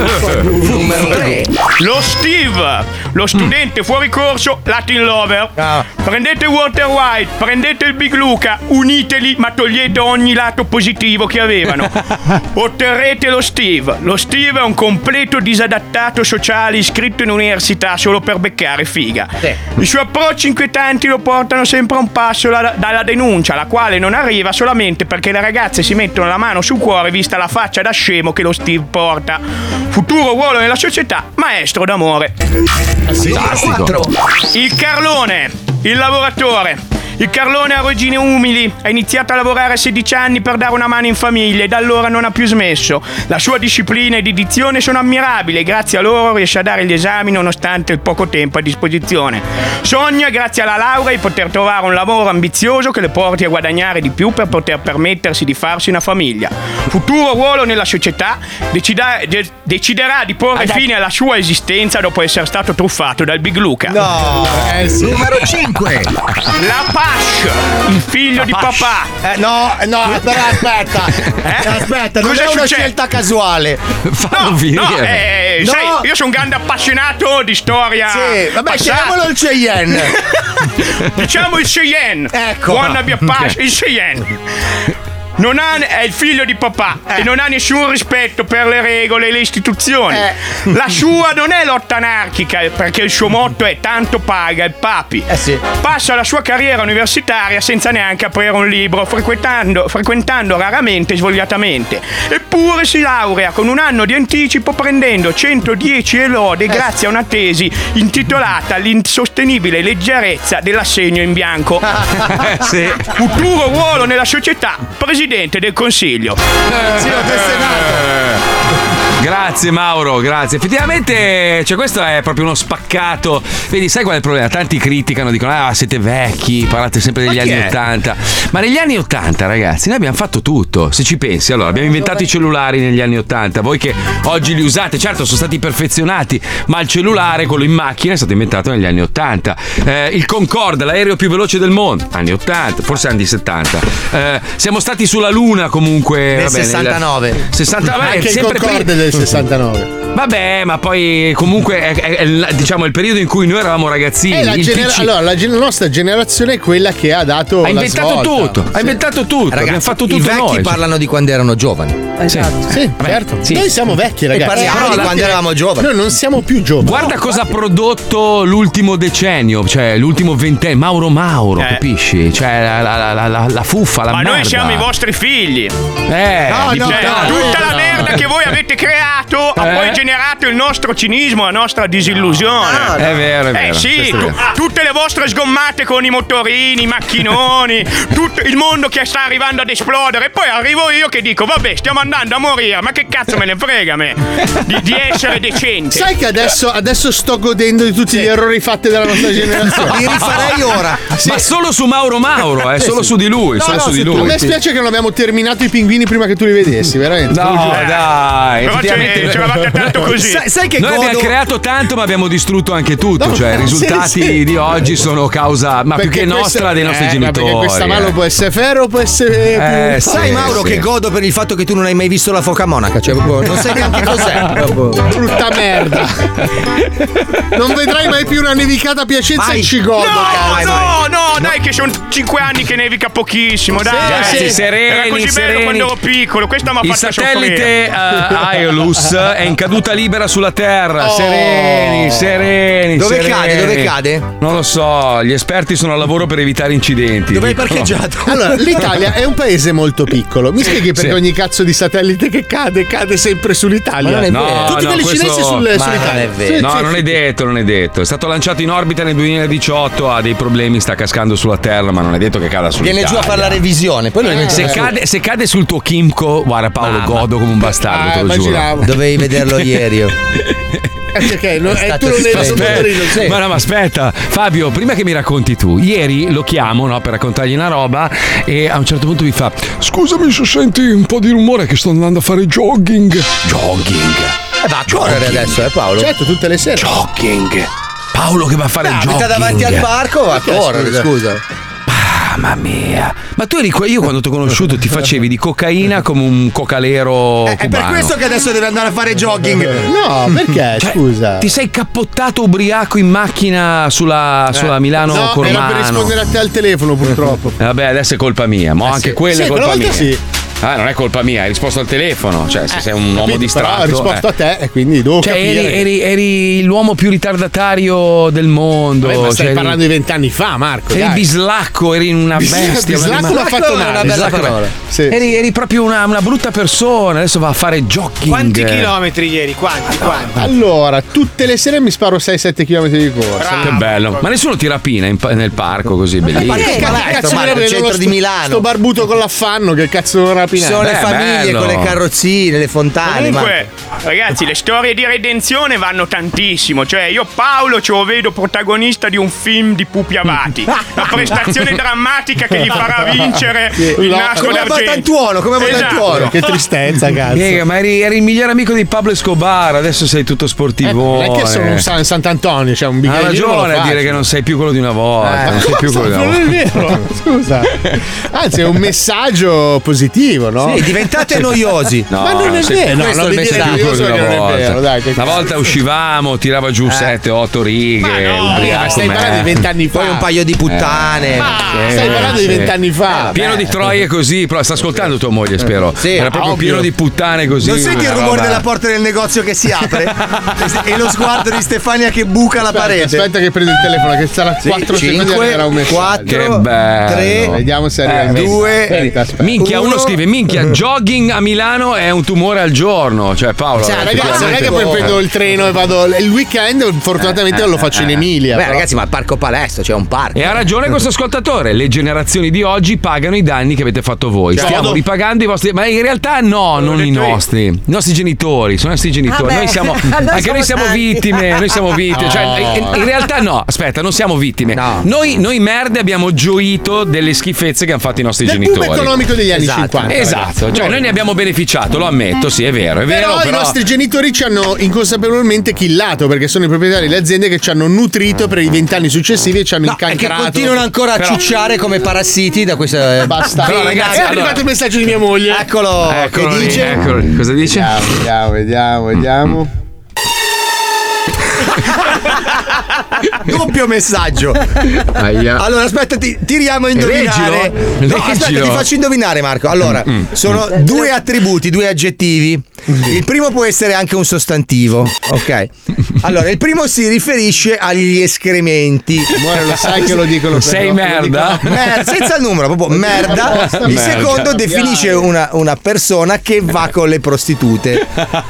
Numero tre. Lo Steve, lo studente fuori corso, Latin lover. Prendete Walter White, prendete il Big Luca, uniteli ma togliete ogni lato positivo che avevano. Otterrete lo Steve. Lo Steve è un completo disadattato sociale iscritto in università solo per beccare figa. I suoi approcci inquietanti lo portano sempre a un passo la- dalla denuncia, la quale non arriva solamente perché le ragazze si mettono la mano sul cuore vista la faccia da scemo che lo Steve porta. Futuro ruolo nella società, maestro d'amore. Fantastico. Il Carlone, il lavoratore. Il Carlone ha origini umili, ha iniziato a lavorare a sedici anni per dare una mano in famiglia e da allora non ha più smesso. La sua disciplina e dedizione sono ammirabili e grazie a loro riesce a dare gli esami nonostante il poco tempo a disposizione. Sogna, grazie alla laurea, di poter trovare un lavoro ambizioso che le porti a guadagnare di più per poter permettersi di farsi una famiglia. Futuro ruolo nella società, decida- de- deciderà di porre fine alla sua esistenza dopo essere stato truffato dal Big Luca. No. Eh, sì. Numero cinque. La Pash, il figlio di papà. Eh, no, no, però aspetta. Eh? Aspetta, non Cosa è una succede? scelta casuale. Fallo No, finire. eh, No. sai, io sono un grande appassionato di storia. Sì, vabbè, passata. chiamiamolo il Cheyenne. Diciamo il Cheyenne. Ecco. Wannabe Apache, il Cheyenne. Non ha, è il figlio di papà Eh. e non ha nessun rispetto per le regole e le istituzioni. Eh. La sua non è lotta anarchica perché il suo motto è tanto paga il papi. Eh sì. Passa la sua carriera universitaria senza neanche aprire un libro, frequentando, frequentando raramente e svogliatamente. Eppure si laurea con un anno di anticipo prendendo centodieci elode grazie a una tesi intitolata L'insostenibile leggerezza dell'assegno in bianco. Sì. Futuro ruolo nella società, presidente del consiglio. Sì, del Senato. Grazie Mauro, grazie. Effettivamente, cioè, questo è proprio uno spaccato. Vedi, sai qual è il problema? Tanti criticano, dicono: ah, siete vecchi, parlate sempre degli Ma anni chi è? ottanta. Ma negli anni ottanta, ragazzi, noi abbiamo fatto tutto. Se ci pensi, allora, abbiamo inventato i cellulari negli anni ottanta. Voi che oggi li usate, certo, sono stati perfezionati, ma il cellulare, quello in macchina, è stato inventato negli anni ottanta. Eh, il Concorde, l'aereo più veloce del mondo, anni ottanta, forse anni settanta. Eh, siamo stati sulla Luna comunque. Nel vabbè, sessantanove. sessantanove, Anche il sempre Concorde prima, del del sessantanove. Vabbè, ma poi comunque è, è, è, diciamo il periodo in cui noi eravamo ragazzini. La, il gener- P C allora, la, gen- la nostra generazione è quella che ha dato. Ha la inventato svolta. tutto, ha Sì. inventato tutto, Ragazzi, abbiamo fatto tutto i vecchi noi. parlano di quando erano giovani. Esatto. Sì, Vabbè, certo. sì. Noi siamo vecchi, ragazzi. E parliamo Però di la- quando eravamo giovani. Noi non siamo più giovani. Guarda cosa ha prodotto l'ultimo decennio, cioè l'ultimo ventennio, Mauro Mauro, Eh. capisci? Cioè la, la, la, la, la fuffa, la Ma merda. noi siamo i vostri figli. Eh, No, di no, puttana. no, Tutta no, la no. merda che voi avete creato ha Eh? poi generato il nostro cinismo, la nostra disillusione. È vero, è vero. Eh sì, Questo è tu- vero. tutte le vostre sgommate con i motorini, i macchinoni, tutto il mondo che sta arrivando ad esplodere. E poi arrivo io che dico, vabbè, stiamo andando a morire, ma che cazzo me ne frega a me di, di essere decente. Sai che adesso, adesso sto godendo di tutti gli errori fatti dalla nostra generazione. Li rifarei ora. Ma solo su Mauro Mauro, eh, solo su di lui, No, solo no, su di A lui. me spiace che non abbiamo terminato i pinguini prima che tu li vedessi, veramente. te lo No, giuro. dai, Però effettivamente ce- c'eravate tanto così. Sai, sai che noi godo? abbiamo creato tanto, ma abbiamo distrutto anche tutto. No, cioè, i sì, risultati sì. di oggi sono causa, ma più Perché che nostra, questa- dei nostri eh, ma genitori. Perché questa mano eh. può essere ferro, può essere. Eh, più- sì, Sai Mauro sì. che godo per il fatto che tu non hai mai visto la foca monaca, cioè proprio non sai neanche cos'è. proprio. Brutta merda. Non vedrai mai più una nevicata a Piacenza Mai. e ci godo, No, cazzo. no, no, dai, che sono cinque anni che nevica pochissimo, dai. Ragazzi, sì. sereni, Era così sereni. bello quando ero piccolo, questa mi ha Il fatto satellite soffrire. uh, Aeolus è in caduta libera sulla Terra. Oh. Sereni, sereni. Dove sereni. cade? Dove cade? Non lo so, gli esperti sono al lavoro per evitare incidenti. Dove hai dicono. parcheggiato? Allora, l'Italia è un paese molto piccolo. Mi spieghi perché Sì. ogni cazzo di satellite che cade, cade sempre sull'Italia? Ma non è No, vero. Tutti no, quelli questo- cinesi sul, Ma sull'Italia. non è vero. Sì, No, sì, non sì. è detto, non è detto. È stato lanciato in orbita nel duemiladiciotto, ha dei problemi, sta cascando sulla Terra, ma non è detto che cada sull'Italia. Viene giù a fare la revisione, poi lo rimetti Se su. cade, se cade sul tuo Kimco, guarda Paolo, Mamma. godo come un bastardo, Ah, te lo giuro. immaginavo. Dovevi vederlo ieri. io. Eh, perché non, È eh, stato tu non eri sul stupendo. motorino, sì. Ma no, ma aspetta, Fabio, prima che mi racconti tu, ieri lo chiamo, no, per raccontargli una roba e a un certo punto mi fa: Scusami se senti un po' di rumore che sto andando a fare jogging. jogging. Eh, va a correre adesso, eh Paolo? Certo, tutte le sere. Jogging. Paolo che va a fare Beh, jogging. abita davanti al parco, va a Perché, correre, scusa? scusa. Mamma mia. Ma tu eri que- io quando ti ho conosciuto ti facevi di cocaina come un cocalero È per cubano. questo che adesso deve andare a fare jogging. No, perché? Cioè, Scusa. Ti sei cappottato ubriaco in macchina sulla, sulla Milano No, era per Cormano. rispondere a te al telefono, purtroppo. Eh, Vabbè, adesso è colpa mia, ma anche sì. quella Sì, è colpa quella mia. volta sì. Ah, non è colpa mia, hai risposto al telefono. Cioè, se sei un uomo Capito? distratto. Però ho risposto eh. a te e quindi devo Cioè, capire. eri, eri- eri l'uomo più ritardatario del mondo. Vabbè, ma stai cioè, eri- parlando di vent'anni fa, Marco. Eri dai. bislacco, eri una Bis- bestia. bislacco l'ha fatto è una male. bella Bislacco- parola. Sì. Eri, eri proprio una, una brutta persona, adesso va a fare jogging. Quanti chilometri ieri? Quanti? Quanti? Allora, tutte le sere mi sparo sei sette chilometri di corsa. Che bello. Ma nessuno ti rapina in pa- nel parco così, bellissimo. Che Che cazzo, cazzo, me ne Marco, il vedo centro sto- di Milano. Sto barbuto con l'affanno, che cazzo non rapinare? Sono le Beh, famiglie bello. con le carrozzine, le fontane. Comunque, ragazzi, le storie di redenzione vanno tantissimo. Cioè, io Paolo ce lo vedo protagonista di un film di Pupi Avati. La prestazione drammatica che gli farà vincere il No, nastro come d'argento. Battantuono, come Battantuono. Esatto. Che tristezza, cazzo. Miega, ma eri, eri il migliore amico di Pablo Escobar, adesso sei tutto Eh, sportivone. non è che sono un San Sant'Antonio, cioè un Ha bicchiere di vino ragione lo a dire faccio. che non sei più quello di una volta. Eh, non sei più quello di una non è volta. vero, scusa. Anzi, è un messaggio positivo, no? Sì, diventate noiosi. No, Ma non è sei- vero, no, questo non è il mi dire messaggio. che io so che non è volta. vero, dai, che Una cazzo. volta uscivamo, tirava giù sette otto righe, Ma ubriaco stai me. parlando di vent'anni fa. Poi un paio di puttane. Eh, Stai sì, parlando di sì. vent'anni fa. Pieno di troie così, però sta ascoltando tua moglie, spero. Sì, Era proprio ovvio. pieno di puttane così. Non senti il una rumore roba- della porta del negozio che si apre? e lo sguardo di Stefania che buca la Aspetta, parete. aspetta che prendo il telefono, che sarà Sì, quattro secondi cinque, arriverà un messaggio. quattro, Che bello. tre, Vediamo se arriva Eh, il vedi, due, Aspetta, aspetta. Minchia, uno Uno. scrive: Minchia, jogging a Milano è un tumore al giorno. Cioè, Paolo. Cioè, ragazzi, non è effettivamente- che poi prendo il treno e vado. Il weekend, fortunatamente, lo faccio in Emilia. Beh, però- ragazzi, ma il parco palestra, c'è un parco. E ha ragione questo ascoltatore, le generazioni di oggi pagano i danni che avete fatto voi. Cioè, Stiamo vado- ripagando i vostri. Ma in realtà no, non i detto io. nostri. I nostri genitori, sono i nostri genitori. Vabbè, Noi siamo. noi anche siamo noi siamo tanti. vittime. Noi siamo vittime. Cioè, in, in realtà no, aspetta, non siamo vittime. No. Noi, noi merde abbiamo gioito delle schifezze che hanno fatto i nostri Del genitori. boom economico degli anni Esatto. cinquanta. Esatto, ragazzi. cioè noi ne abbiamo beneficiato, lo ammetto, sì, è vero, è vero. Però, Però, i nostri genitori ci hanno inconsapevolmente killato perché sono i proprietari delle aziende che ci hanno nutrito per i vent'anni successivi e ci hanno No, è che incancrato. continuano ancora a Però- ciucciare come parassiti da questa. Basta. Però, ragazzi, è allora- arrivato il messaggio di mia moglie. Eccolo, Eccolo che lì, dice? eccolo lì. Cosa dice? Vediamo, vediamo, vediamo. Doppio messaggio. Aia. Allora, aspetta, ti, tiriamo a indovinare. Leggilo. No, aspetta, Leggilo. ti faccio indovinare, Marco. Allora, Mm, mm. sono due attributi, due aggettivi. Il primo può essere anche un sostantivo, ok? Allora, il primo si riferisce agli escrementi. Amore, lo sai che lo dicono per Sei lo merda? dicono- Mer- senza il numero, proprio merda. Basta, Il merda. secondo definisce una, una persona che va con le prostitute.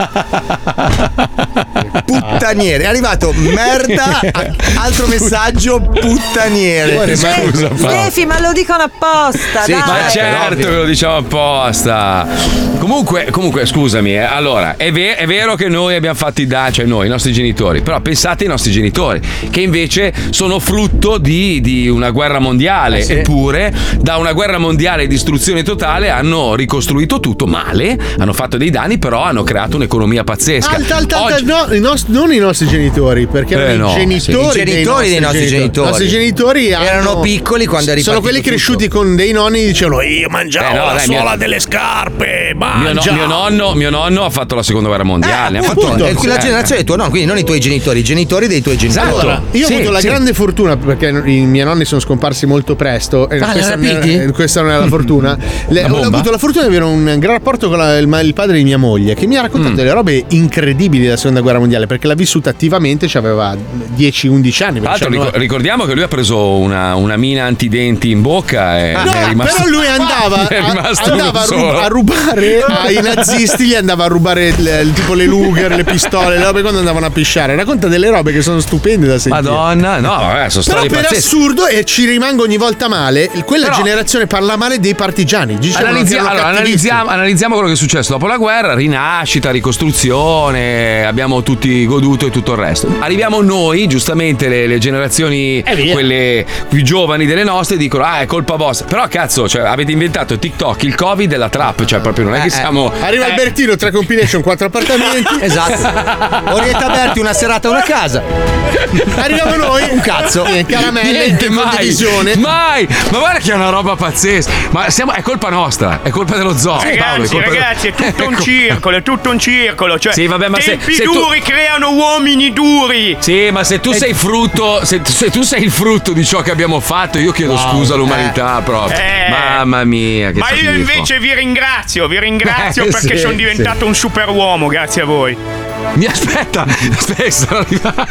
Puttaniere. È arrivato merda, a- altro messaggio, puttaniere. Scusa, Paolo. Stefi, ma lo dicono apposta, Sì, dai. Ma certo che lo diciamo apposta. Comunque, comunque scusami, eh, allora, è, ve- è vero che noi abbiamo fatto i danni, cioè noi, i nostri genitori, però pensate ai nostri genitori, che invece sono frutto di, di una guerra mondiale, Eh sì. eppure da una guerra mondiale e distruzione totale hanno ricostruito tutto male, hanno fatto dei danni, però hanno creato un'economia pazzesca. Alta, alta, alta, Oggi- no, i nos- non i nostri genitori, perché Eh, erano no, i genitori, sì. I genitori dei nostri genitori. I nostri genitori Erano hanno- piccoli quando è sono ripartito quelli tutto. cresciuti con dei nonni e dicevano io mangiavo Eh, no, la dai, suola mio- delle scarpe, Mio, no- mangia. mio nonno, mio nonno ha fatto la seconda guerra mondiale. ha fatto Appunto, è la Eh. generazione dei tuoi nonni, quindi non i tuoi genitori, i genitori dei tuoi genitori. Allora, io Sì, ho avuto la sì. grande fortuna perché i miei nonni sono scomparsi molto presto. E Ah, questa, li non rapiti? era, questa non è la fortuna. Le- La ho bomba? avuto la fortuna di avere un gran rapporto con la- il, il padre di mia moglie, che mi ha raccontato Mm. delle robe incredibili della seconda guerra mondiale perché l'ha vissuta attivamente, aveva dieci undici anni. Tra l'altro perché ricor- ricordiamo che lui ha preso una, una mina antidenti in bocca e No, ne è rimasto, però lui andava, ne è a, rimasto andava a, uno rub- solo. a rubare ai nazisti, gli andava a rubare le- il- tipo le Luger, le pistole, le robe quando andavano a pisciare. Racconta delle robe che sono stupende da sentire. Madonna, no, vabbè, sono Però storie per pazzesche. assurdo, e ci rimango ogni volta male, quella Però- generazione parla male dei partigiani. Dicevano che Analizia- erano allora, cattivissimi. analizziamo, analizziamo quello che è successo dopo la guerra, rinascita, ricostruzione, abbiamo tutti goduto e tutto il resto. Arriviamo noi, giustamente le, le generazioni, Eh, via. quelle più giovani delle nostre, dicono ah è colpa vostra. Però cazzo, cioè, avete inventato TikTok, il Covid e la trap, cioè proprio non è che siamo... Arriva eh, Albertino, tre compilation, quattro appartamenti. Esatto. Orietta Berti, una serata, una casa. Arriviamo noi, Un cazzo. eh, caramelle, Niente, in mai, condivisione. mai, ma guarda che è una roba pazzesca. Ma siamo, è colpa nostra, è colpa dello zoo. Paolo, è Ragazzi, colpa de- ragazzi, è tutto un Ecco. circolo, è tutto un circolo. Cioè, Sì, vabbè, ma se- tempi se tu- duri creano uomini duri. Sì, ma se tu sei frutto, se, se tu sei il frutto di ciò che abbiamo fatto, io chiedo Wow. scusa all'umanità proprio. Eh. Mamma mia, che Ma io schifo. invece vi ringrazio, vi ringrazio Eh, perché sì, sono diventato un superuomo, grazie a voi. Mi aspetta, aspetta, sono arrivato.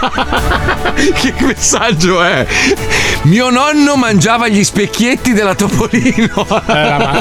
Che messaggio è? Mio nonno mangiava gli specchietti della Topolino. la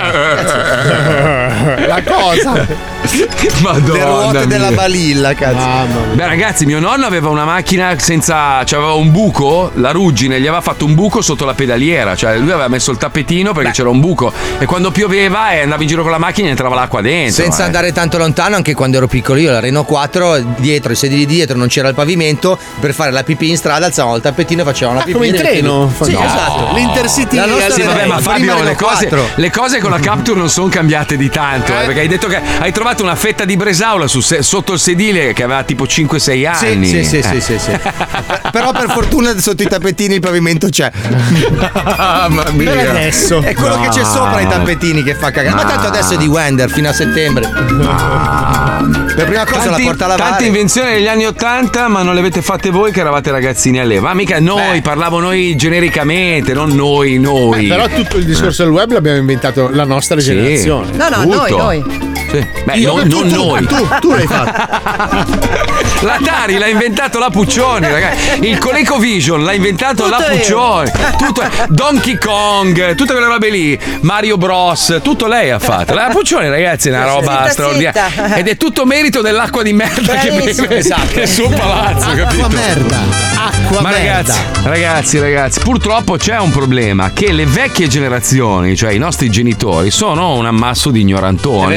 La cosa. Madonna. Le ruote mia. della balilla, cazzo. Beh, ragazzi, mio nonno aveva una macchina senza. Cioè, aveva un buco, la ruggine, gli aveva fatto un buco sotto la pedaliera. Cioè, lui aveva messo il tappetino perché c'era un buco. E quando pioveva e andava in giro con la macchina entrava l'acqua dentro. Senza eh. andare tanto lontano, anche quando ero piccolo io, la Renault quattro, dietro, i sedili dietro, non c'era il pavimento, per fare la pipì in strada alzavamo il tappetino e facevamo la pipì. come in nel- treno? Sì, No. esatto. L'Intercity La nostra Sì, vabbè, ma Renault, Fabio, prima le Renault cose, quattro. le cose con la Capture non sono cambiate di tanto. Eh, perché hai detto che hai trovato una fetta di bresaola su se- sotto il sedile che aveva tipo cinque sei anni. Sì, sì, Eh. sì, sì, sì. Però per fortuna sotto i tappetini il pavimento c'è. Mamma mia. Per adesso. È quello che c'è sopra i tappetini che fa cagare. Ma tanto adesso è di Wender fino a settembre. Per prima cosa Tanti- la porta a tante lavare. invenzioni negli anni Ottanta, ma non le avete fatte voi che eravate ragazzini all'epoca. Ma mica noi, parlavo noi genericamente, non noi, noi. Eh, però tutto il discorso del web l'abbiamo inventato la nostra Sì. generazione. No, no, noi, Tutto. noi. Sì. Beh, Io, non, tu, non tu, noi. Tu, tu l'hai fatto. L'Atari l'ha inventato la Puccioni, ragazzi. Il ColecoVision l'ha inventato Tutto la io. Puccioni. Tutto, Donkey Kong, tutte quelle robe lì. Mario Bros, tutto lei ha fatto. La Puccioni, ragazzi, è una roba Zitta, straordinaria. zitta. Ed è tutto merito dell'acqua di merda che Bravissimo. beve Esatto. nel suo palazzo, capito? Acqua merda. Acqua Ma merda. ragazzi, ragazzi, ragazzi, purtroppo c'è un problema che le vecchie generazioni, cioè i nostri genitori, sono un ammasso di ignorantoni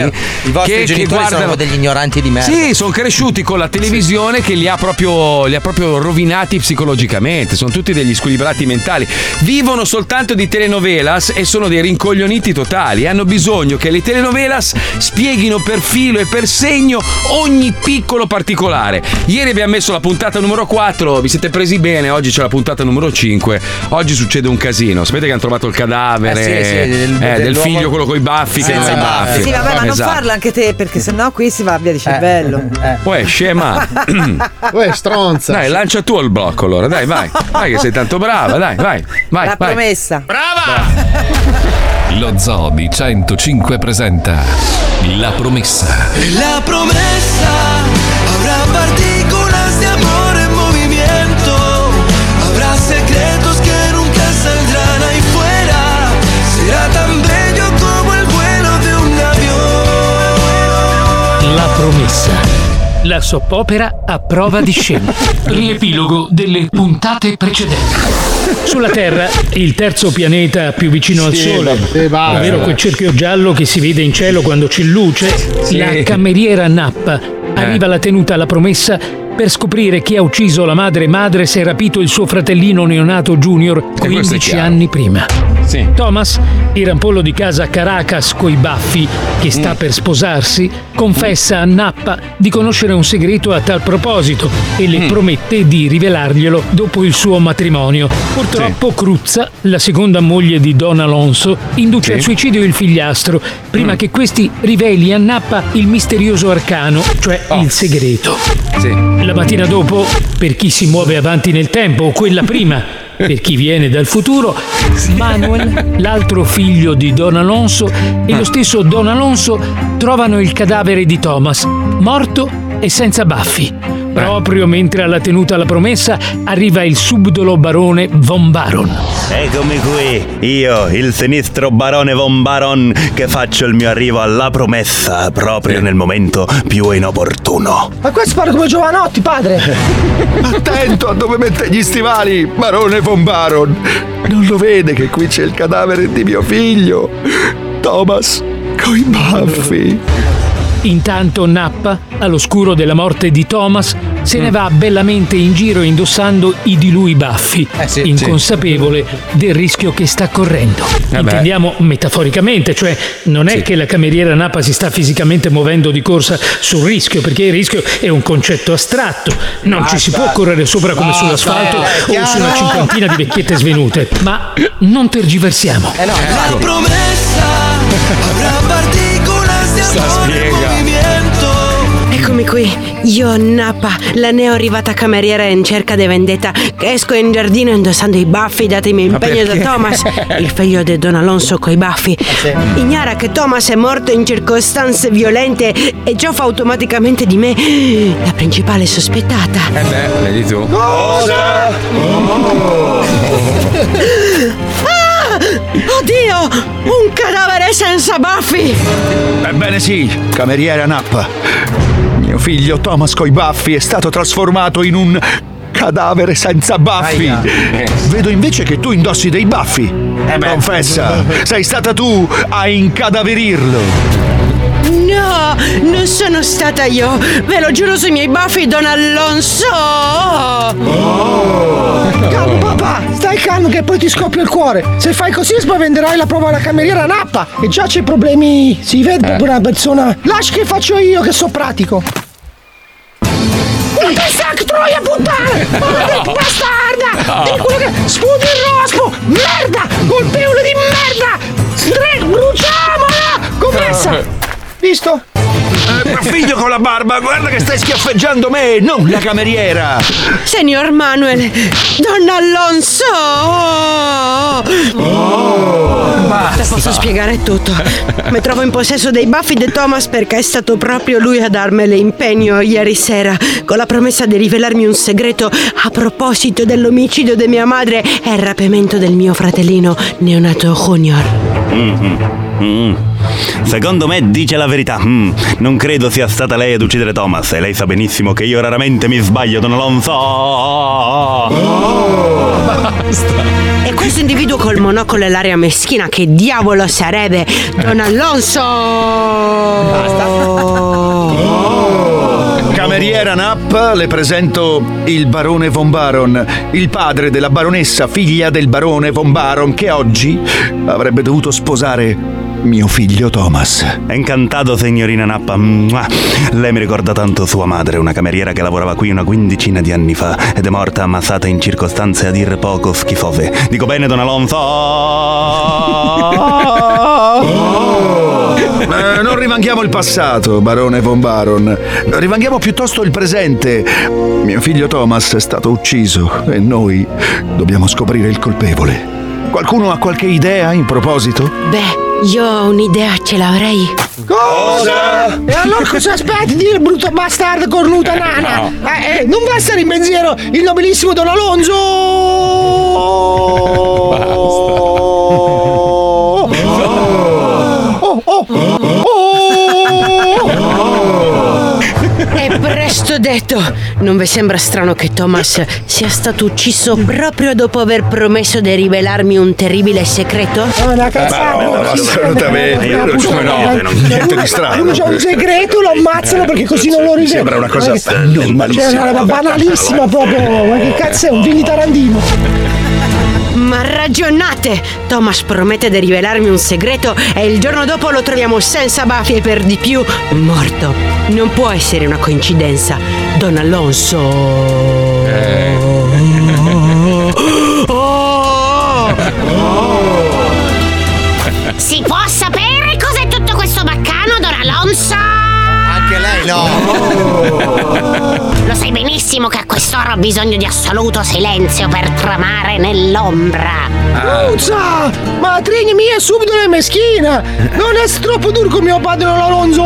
I vostri che, genitori che guardano sono degli ignoranti di merda. Sì, sono cresciuti con la televisione che li ha proprio li ha proprio rovinati psicologicamente. Sono tutti degli squilibrati mentali. Vivono soltanto di telenovelas e sono dei rincoglioniti totali. Hanno bisogno che le telenovelas spieghino per filo e per segno ogni piccolo particolare. Ieri abbiamo messo la puntata numero quattro, vi siete presi bene, oggi c'è la puntata numero cinque. Oggi succede un casino. Sapete che hanno trovato il cadavere eh sì, sì, del, eh, del figlio, quello con i baffi che non ha i baffi. Sì, vabbè, ma non Esatto. farlo anche te, perché sennò qui si va via di cervello. Uè, scema. Uè, stronza. Dai, lancia tu il blocco allora, dai, vai. Vai che sei tanto brava, dai, vai. vai La vai. promessa. Lo Zoo di centocinque presenta La promessa. La promesa habrá partículas de amor en movimiento. Habrá secretos que nunca saldrán ahí fuera. Será tan bello como el vuelo de un avión. La promessa. La soppopera a prova di scena. Riepilogo delle puntate precedenti. Sulla Terra, il terzo pianeta più vicino al Sì, Sole, sì, basta. ovvero quel cerchio giallo che si vede in cielo quando c'è luce, Sì. la cameriera Nappa arriva alla tenuta alla promessa per scoprire chi ha ucciso la madre madre se ha rapito il suo fratellino neonato Junior quindici chiaro. anni prima. Sì. Thomas, il rampollo di casa Caracas coi baffi, che sta Mm. per sposarsi, confessa a Nappa di conoscere un segreto a tal proposito e le Mm. promette di rivelarglielo dopo il suo matrimonio. Purtroppo Cruzza, la seconda moglie di Don Alonso, induce Sì. al suicidio il figliastro prima Mm. che questi riveli a Nappa il misterioso arcano, cioè Oh. il segreto. Sì. La mattina dopo, per chi si muove avanti nel tempo, o quella prima, per chi viene dal futuro, Manuel, l'altro figlio di Don Alonso, e lo stesso Don Alonso trovano il cadavere di Thomas, morto e senza baffi. Proprio mentre alla tenuta alla promessa arriva il subdolo barone Von Baron. Eccomi qui, io, il sinistro barone Von Baron, che faccio il mio arrivo alla promessa proprio nel momento più inopportuno. Ma questo parla come Giovanotti, padre! Attento a dove mette gli stivali, barone Von Baron! Non lo vede che qui c'è il cadavere di mio figlio, Thomas, coi baffi. Intanto Nappa, all'oscuro della morte di Thomas, se ne va bellamente in giro indossando i di lui baffi, sì, inconsapevole del rischio che sta correndo. beh. Intendiamo metaforicamente, cioè non è che la cameriera Nappa si sta fisicamente muovendo di corsa sul rischio, perché il rischio è un concetto astratto, non ci si può correre sopra come Basta, sull'asfalto è o su una chiaro? cinquantina di vecchiette svenute, ma non tergiversiamo. La promesa habrá partículas de amor en movimiento. Eccomi qui, io Nappa, la neoarrivata cameriera in cerca di vendetta, che esco in giardino indossando i baffi datemi impegno da perché? Thomas, il figlio di Don Alonso coi baffi. Ignara che Thomas è morto in circostanze violente e ciò fa automaticamente di me la principale sospettata. Eh beh, vedi tu. Cosa? Ah! Oddio! Un cadavere senza baffi! Ebbene sì, cameriera Nappa. Mio figlio Thomas coi baffi è stato trasformato in un cadavere senza baffi. Aia. Vedo invece che tu indossi dei baffi. Confessa, sei stata tu a incadaverirlo. No, non sono stata io! Ve lo giuro sui miei baffi, Don Alonso! Calmo papà, stai calmo che poi ti scoppia il cuore. Se fai così spaventerai la prova alla cameriera Nappa. E già c'è problemi, si vede Eh. per una persona. Lascia che faccio io che so pratico. Un pestac troia puttana! Maledetta bastarda! Di quello che sputi il rospo! Merda! Colpevole di merda! Stre- bruciamola! Commessa! Visto? Eh, figlio con la barba, guarda che stai schiaffeggiando me, non la cameriera! Signor Manuel, Don Alonso! Te posso spiegare tutto. Mi trovo in possesso dei baffi di Thomas perché è stato proprio lui a darmele impegno ieri sera, con la promessa di rivelarmi un segreto a proposito dell'omicidio di mia madre e il rapimento del mio fratellino neonato Junior. Mhm. Mm. Secondo me dice la verità. Mm. Non credo sia stata lei ad uccidere Thomas. E lei sa benissimo che io raramente mi sbaglio, Don Alonso. Oh, basta. E questo individuo col monocolo e l'aria meschina, che diavolo sarebbe? Don Alonso. Cameriera Napp, le presento il barone Von Baron, il padre della baronessa, figlia del barone Von Baron, che oggi avrebbe dovuto sposare mio figlio Thomas. Incantato, signorina Nappa. Lei mi ricorda tanto sua madre, una cameriera che lavorava qui una quindicina di anni fa ed è morta ammassata in circostanze a dir poco schifose. Dico bene, Don Alonso? Eh, non rivanghiamo il passato, barone Von Baron. Rivanghiamo piuttosto il presente. Mio figlio Thomas è stato ucciso e noi dobbiamo scoprire il colpevole. Qualcuno ha qualche idea in proposito? Beh, io ho un'idea, ce l'avrei. Cosa? E allora cosa aspetti di dire brutto bastardo cornuta nana? Eh, eh, non va a stare in pensiero il nobilissimo Don Alonso! Oh, oh, oh. È presto detto. Non vi sembra strano che Thomas sia stato ucciso proprio dopo aver promesso di rivelarmi un terribile segreto? È una cazzata. No, assolutamente. Come no? Niente di strano. Uno c'ha un segreto, lo ammazzano perché così non lo rivela. Sembra una cosa normalissima. Cioè, una roba banalissima proprio. Ma che cazzo è? Un film di Tarantino. Ma ragionate! Thomas promette di rivelarmi un segreto e il giorno dopo lo troviamo senza baffi e per di più morto. Non può essere una coincidenza, Don Alonso. Eh. Oh! Si può sapere cos'è tutto questo baccano, Don Alonso? Anche lei no. Lo sai benissimo che a quest'ora ho bisogno di assoluto silenzio per tramare nell'ombra. Uzza! Ma Trini mia subito è meschina! Non è troppo duro con mio padre Don Alonso!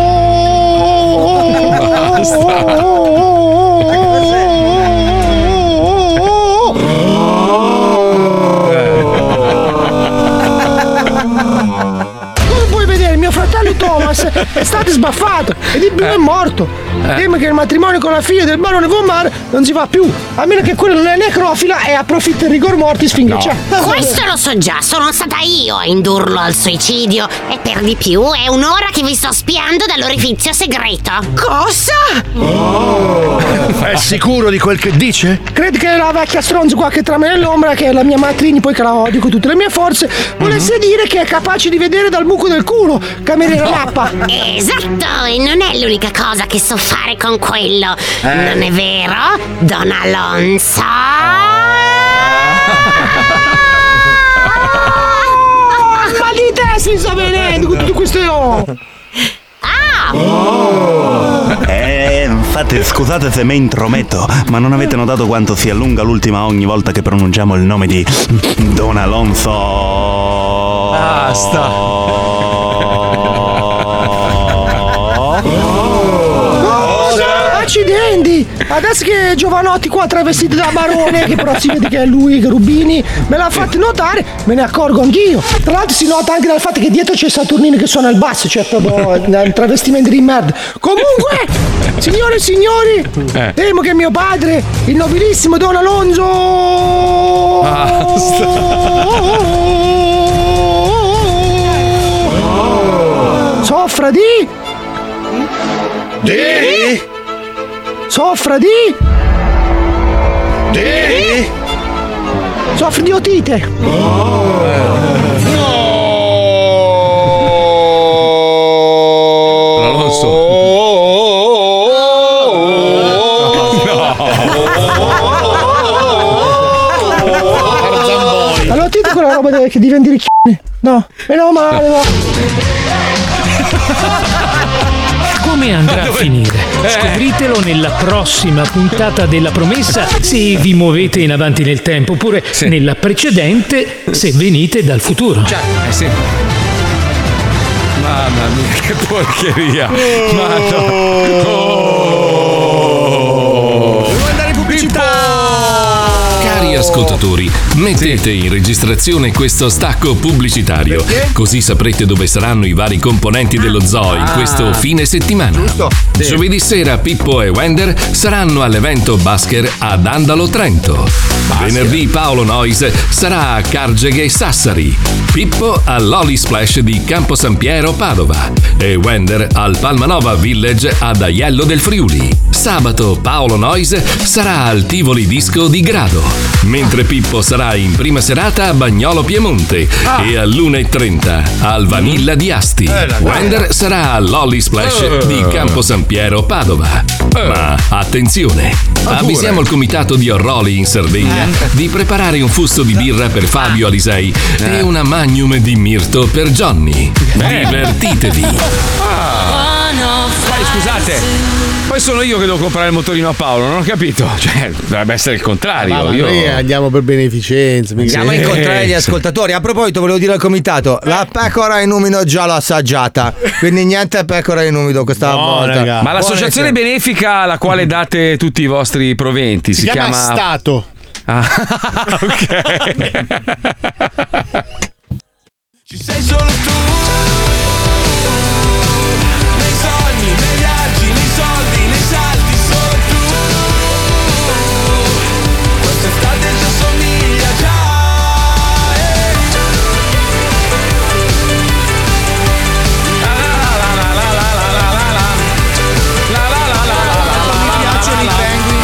Come puoi vedere, mio fratello Thomas è stato sbaffato e di più è morto. Temo che il matrimonio con la figlia del barone Von Baron non si fa più, a meno che quello non è necrofila e approfitta il rigor mortis finché No. c'è. Questo lo so già, sono stata io a indurlo al suicidio e per di più è un'ora che vi sto spiando dall'orifizio segreto. Cosa? Oh. È sicuro di quel che dice? Credi che la vecchia stronza qua che trama nell'ombra, che è la mia Matrini, poi che la odio con tutte le mie forze, volesse Mhm. dire che è capace di vedere dal buco del culo, cameriera Nappa? Esatto, e non è l'unica cosa che so fare con quello. Eh. Non è vero, Don Alonso? Ma di te si sta venendo con tutte queste oh! Eh, infatti, scusate se mi intrometto, ma non avete notato quanto si allunga l'ultima ogni volta che pronunciamo il nome di Don Alonso? Basta. Accidenti! Adesso che Giovanotti qua travestito da barone, che però si vede che è lui, che Rubini, me l'ha fatto notare, me ne accorgo anch'io. Tra l'altro si nota anche dal fatto che dietro c'è Saturnino che suona il basso, cioè proprio un travestimento di merda. Comunque, signore e signori, Eh. temo che mio padre, il nobilissimo Don Alonso... soffra di... Di? Soffra di... Di? Soffri di otite. La otite è quella roba de- che diventi ricchione. No, meno male, no. Come andrà a finire? Scopritelo nella prossima puntata della Promessa se vi muovete in avanti nel tempo, oppure nella precedente se venite dal futuro. Eh sì. Mamma mia, che porcheria. Ma no. Devo andare in pubblicità. Cari ascoltatori, mettete in registrazione questo stacco pubblicitario, così saprete dove saranno i vari componenti dello zoo in questo fine settimana. Giovedì sera Pippo e Wender saranno all'evento Basker ad Andalo Trento. Venerdì Paolo Noise sarà a Cargeghe Sassari. Pippo all'Oli Splash di Campo San Piero Padova e Wender al Palmanova Village ad Aiello del Friuli. Sabato Paolo Noise sarà al Tivoli Disco di Grado, mentre Pippo sarà in prima serata a Bagnolo Piemonte Ah. e all'una e trenta al Vanilla di Asti. Eh, la Wender sarà all'Oli Splash Eh. di Campo San Piero Padova. Ma attenzione, Ah, avvisiamo pure. il comitato di Orroli in Sardegna di preparare un fusto di birra per Fabio Alisei e una magnum di mirto per Johnny. Divertitevi. Dai, scusate, poi sono io che devo comprare il motorino a Paolo, non ho capito. Cioè, dovrebbe essere il contrario. Ma io... noi andiamo per beneficenza. mica- Andiamo a incontrare gli ascoltatori. A proposito, volevo dire al comitato: la pecora in umido già l'ho assaggiata. Quindi niente pecora in umido questa No, volta. raga. Ma l'associazione benefica alla quale date tutti i vostri proventi si, Si chiama Stato. Ah, ok. Ci sei solo tu. Nei sogni, nei viaggi, nei soldi, nei salti, solo tu. Quest'estate ci assomiglia già. Mi piacciono i penguin.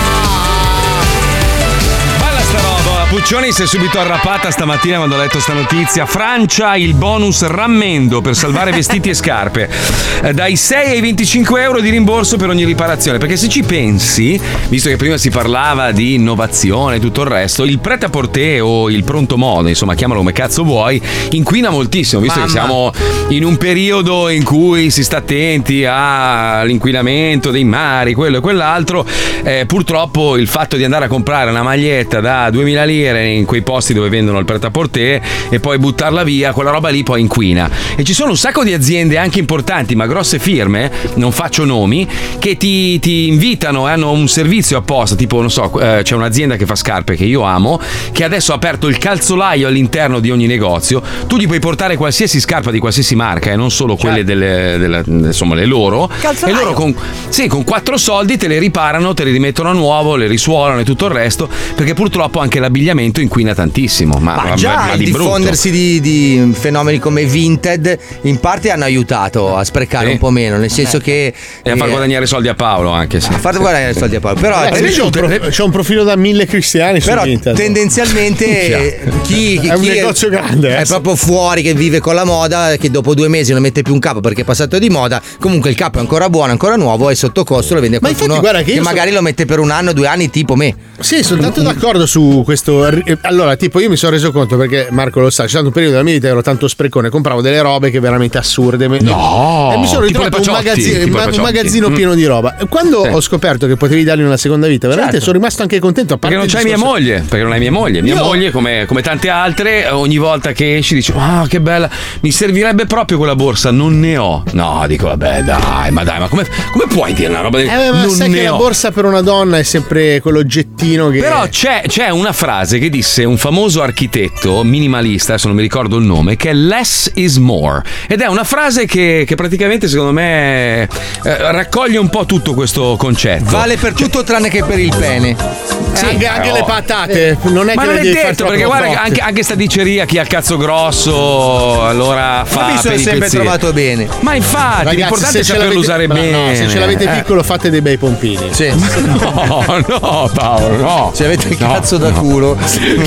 Bella sta roba. La Puccioni si è subito arrapata stamattina quando ho letto sta notizia. Francia il bonus rammendo per salvare vestiti e scarpe. Eh, Dai sei ai venticinque euro di rimborso per ogni riparazione. Perché se ci pensi, visto che prima si parlava di innovazione e tutto il resto, il pret-à-porter o il pronto moda, insomma, chiamalo come cazzo vuoi, inquina moltissimo, visto Mamma. che siamo in un periodo in cui si sta attenti all'inquinamento dei mari, quello e quell'altro. Eh, purtroppo il fatto di andare a comprare una maglietta da duemila lire in quei posti dove vendono il pret-à-porter e poi buttarla via, quella roba lì poi inquina. E ci sono un sacco di aziende anche importanti, ma grosse firme, non faccio nomi, che ti, ti invitano e hanno un servizio apposta, tipo non so, eh, c'è un'azienda che fa scarpe che io amo, che adesso ha aperto il calzolaio all'interno di ogni negozio. Tu gli puoi portare qualsiasi scarpa di qualsiasi marca e non solo quelle delle, delle- insomma le loro. Calzolaio. E loro con, sì, con quattro soldi te le riparano, te le rimettono a nuovo, le risuolano e tutto il resto, perché purtroppo anche l'abbigliamento inquina tantissimo. Ma, Ma ma- già ma il di brutto. diffondersi di, di fenomeni come Vinted in parte hanno aiutato a sprecare Sì. un po' meno, nel senso che E a far guadagnare soldi a Paolo anche. Sì. a far guadagnare soldi a Paolo. Però, Eh, c'è, un pro- c'è un profilo da mille cristiani su però Vinted. tendenzialmente eh, chi, chi È un chi negozio grande, è eh. proprio fuori, che vive con la moda, che dopo due mesi non mette più un capo perché è passato di moda. Comunque il capo è ancora buono, ancora nuovo, è sotto costo, lo vende a Ma qualcuno infatti, guarda che che, io magari so- lo mette per un anno, due anni, tipo me. Sì, sono tanto d'accordo su questo. Allora, tipo, io mi sono reso conto perché Marco lo sa, c'è stato un periodo della mia vita che ero tanto sprecone, compravo delle robe che veramente assurde. No! E mi sono Tipo ritrovato le un, Paciotti, magazzino, tipo le un Paciotti. magazzino Mm. pieno di roba. Quando Sì. ho scoperto che potevi dargli una seconda vita, veramente Certo. sono rimasto anche contento. A parte Perché non il c'hai mia discorso- moglie, perché non hai mia moglie. Mia Io- moglie, come, come tante altre, ogni volta che esci dice: ah, che bella, mi servirebbe proprio quella borsa, non ne ho. No, dico, vabbè, dai, ma dai, ma come, come puoi dire una roba del Eh, ma non sai ne che la ho? borsa per una donna è sempre quell'oggettino che. Però c'è, c'è una frase che disse un famoso architetto minimalista, adesso non mi ricordo il nome, che è less is more. Ed è una frase che, che praticamente secondo me eh, raccoglie un po' tutto questo concetto. Vale per tutto tranne che per il pene. Sì, anche, anche però- le patate. Non è Ma che non le è devi far detto, troppo perché guarda che cotte. anche, anche sta diceria, chi ha il cazzo grosso allora Ma fa mi sono per i sempre pezzi. trovato bene. Ma infatti Ragazzi, l'importante è se ce saperlo l'avete- usare ma bene. no, se ce l'avete Eh. piccolo, fate dei bei pompini. Sì. No, no, Paolo, no. Se avete il No, cazzo da no. culo.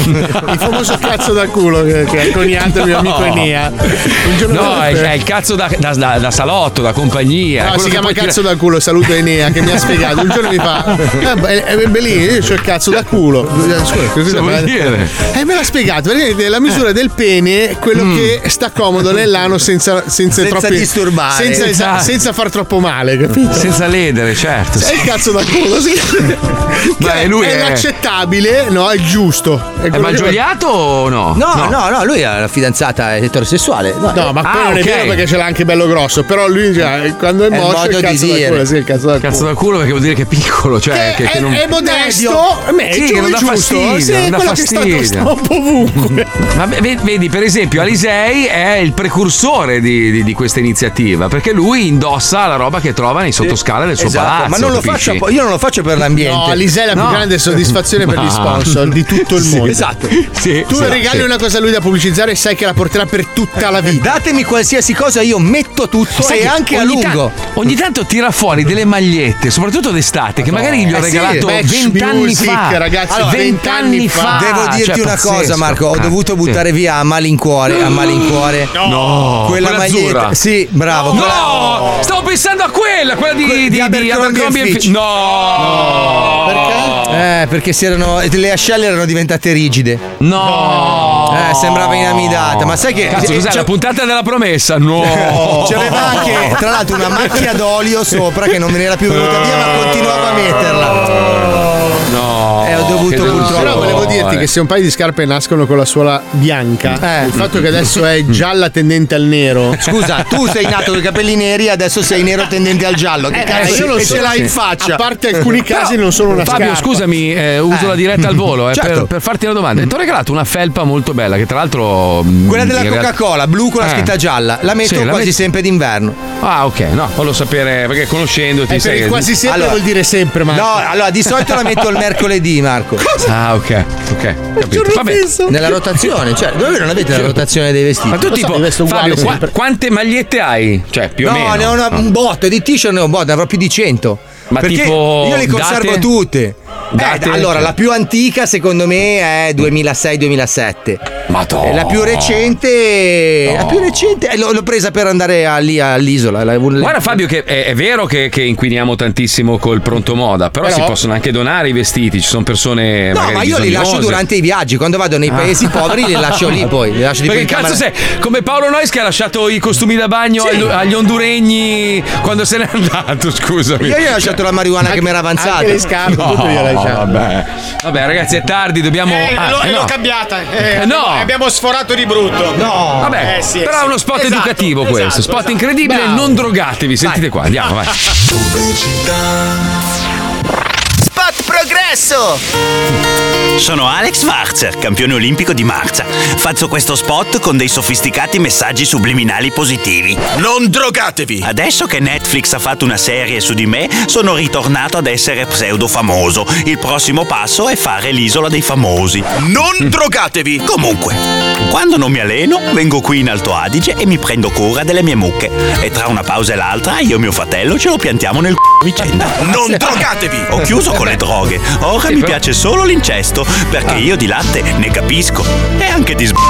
Il famoso cazzo da culo che, che ha coniato il mio amico Enea. Un giorno No, è, dopo- è il cazzo da, da- da- da salotto, da compagnia. No, Quello si che chiama poi cazzo tira- da culo, saluto Enea che mi ha spiegato. Un giorno mi fa: eh, è, è bellino, io c'ho il cazzo da culo. Scusa, Cosa vuol dire? E me l'ha spiegato, perché la misura del pene è quello che sta comodo nell'ano senza, senza, Senza troppi, disturbare. senza, Esatto. senza far troppo male, capito? Senza ledere, certo. È il cazzo da culo, sì. Ma Che lui è è- l'accettabile, no? È il giusto. Gioielletto. È malgiogliato o no? No, no, no, no, lui ha la fidanzata eterosessuale. No, No, ma Ah, quello non è ok. vero perché ce l'ha anche bello grosso. Però lui già, quando è, È il mosso modo il di cazzo da dire. culo, sì, il cazzo da Cazzo culo. da culo perché vuol dire che è piccolo, cioè che, Che che è, non è modesto, medio, Sì, che non dà giusto. fastidio, Sì, non dà quello che sta fastidio. sta un po' ovunque. Ma ve- vedi, per esempio, Alisei è il precursore di, di- di questa iniziativa perché lui indossa la roba che trova nei sottoscala del suo Esatto, palazzo. ma non lo capisci? faccio, io non lo faccio per l'ambiente. No, Alisei è la più No. grande soddisfazione per gli No. sponsor di tutto il Sì, mondo. esatto. Sì, Tu sì, regali sì. una cosa a lui da pubblicizzare e sai che la porterà per tutta la vita. Datemi qualsiasi cosa, io metto tutto Sai e che anche a ogni lungo. ta- ogni tanto tira fuori delle magliette, soprattutto d'estate, che magari gli ho Eh sì, regalato Match vent'anni Music, fa. ragazzi, Allora, vent'anni fa. Devo dirti Cioè, una pazzesco. cosa, Marco. Ho Ah, dovuto sì. buttare via a malincuore. A malincuore. No, quella, quella maglietta. azzurra. Sì, bravo. No, quella- stavo pensando a quella, quella di, Que- di, di di Abercrombie and and Fitch. Fitch. No, Perché? Eh, perché si erano, le ascelle erano diventate rigide. No, Eh, sembrava inamidata. Ma sai che. Cazzo, cos'è c'è- la puntata della promessa? No, C'aveva anche, tra l'altro, una macchia d'olio sopra che non me n'era più venuta via, ma continuava a metterla. No, Eh, ho dovuto che purtroppo- Però volevo dirti eh. che se un paio di scarpe nascono con la suola bianca, Eh. il fatto che adesso è gialla tendente al nero. Scusa, tu sei nato con i capelli neri, adesso sei nero tendente al giallo. Che Eh, cazzo? io non e so- ce l'hai in sì. faccia. A parte alcuni casi Però, non sono una Fabio, scarpa. scusami, eh, uso Eh. la diretta al volo eh, Certo. per, per farti una domanda. Ti ho regalato una felpa molto bella, che tra l'altro. mh, Quella della in realtà- Coca-Cola, blu con la Eh. scritta gialla. La metto Sì, la quasi met- sempre d'inverno. Ah, ok, no, volevo sapere perché conoscendoti. Eh, sai perché che- quasi sempre Allora- vuol dire sempre, ma. No, allora di solito la metto il mercoledì, Marco. Ah, ok, ok, capito. Vabbè. Nella rotazione, cioè, voi non avete la rotazione dei vestiti? Ma tu Lo so, tipo, mi vesto uguale Fabio, qua- sempre. quante magliette hai? Cioè, più o no, meno. ne ho una- un botto di t-shirt, ne ho un botto, ne avrò più di cento. Ma Perché tipo io le conservo date? tutte. Date? Eh, allora, la più antica secondo me è duemilasei duemilasette. Madonna. E la più recente. La più recente eh, l'ho, l'ho presa per andare a- lì all'isola. La- Guarda Fabio che è, è vero che, che inquiniamo tantissimo col pronto moda, però, Però- si possono anche donare i vestiti, ci sono persone No, magari ma io li lascio bisognose. durante i viaggi. Quando vado nei Ah. paesi poveri li lascio lì poi. Li lascio di Perché più in cazzo sei? camera. Come Paolo Nois che ha lasciato i costumi da bagno Sì. agli, agli honduregni quando se n'è andato, scusami. Io gli ho lasciato la marijuana che mi era avanzata. Anche le scarpe, No, tutto gliel'hai lasciato. vabbè. Vabbè, ragazzi, è tardi, dobbiamo. Eh, ah, l'ho, eh, l'ho no. cambiata. Eh, Eh, abbiamo, no. abbiamo sforato di brutto. No. Vabbè, Eh, sì, però sì. è uno spot Esatto, educativo esatto, questo. Spot esatto. incredibile, Bravo. non drogatevi. Sentite qua, andiamo, vai. Spot progresso! Sono Alex Schwarzer, campione olimpico di marcia. Faccio questo spot con dei sofisticati messaggi subliminali positivi. Non drogatevi! Adesso che Netflix ha fatto una serie su di me, sono ritornato ad essere pseudo famoso. Il prossimo passo è fare l'isola dei famosi. Non drogatevi! Comunque, quando non mi alleno, vengo qui in Alto Adige e mi prendo cura delle mie mucche. E tra una pausa e l'altra, io e mio fratello ce lo piantiamo nel c***o vicenda. Non drogatevi! Ho chiuso con le droghe. Ora mi piace solo l'incesto, perché io di latte ne capisco. E anche di sb...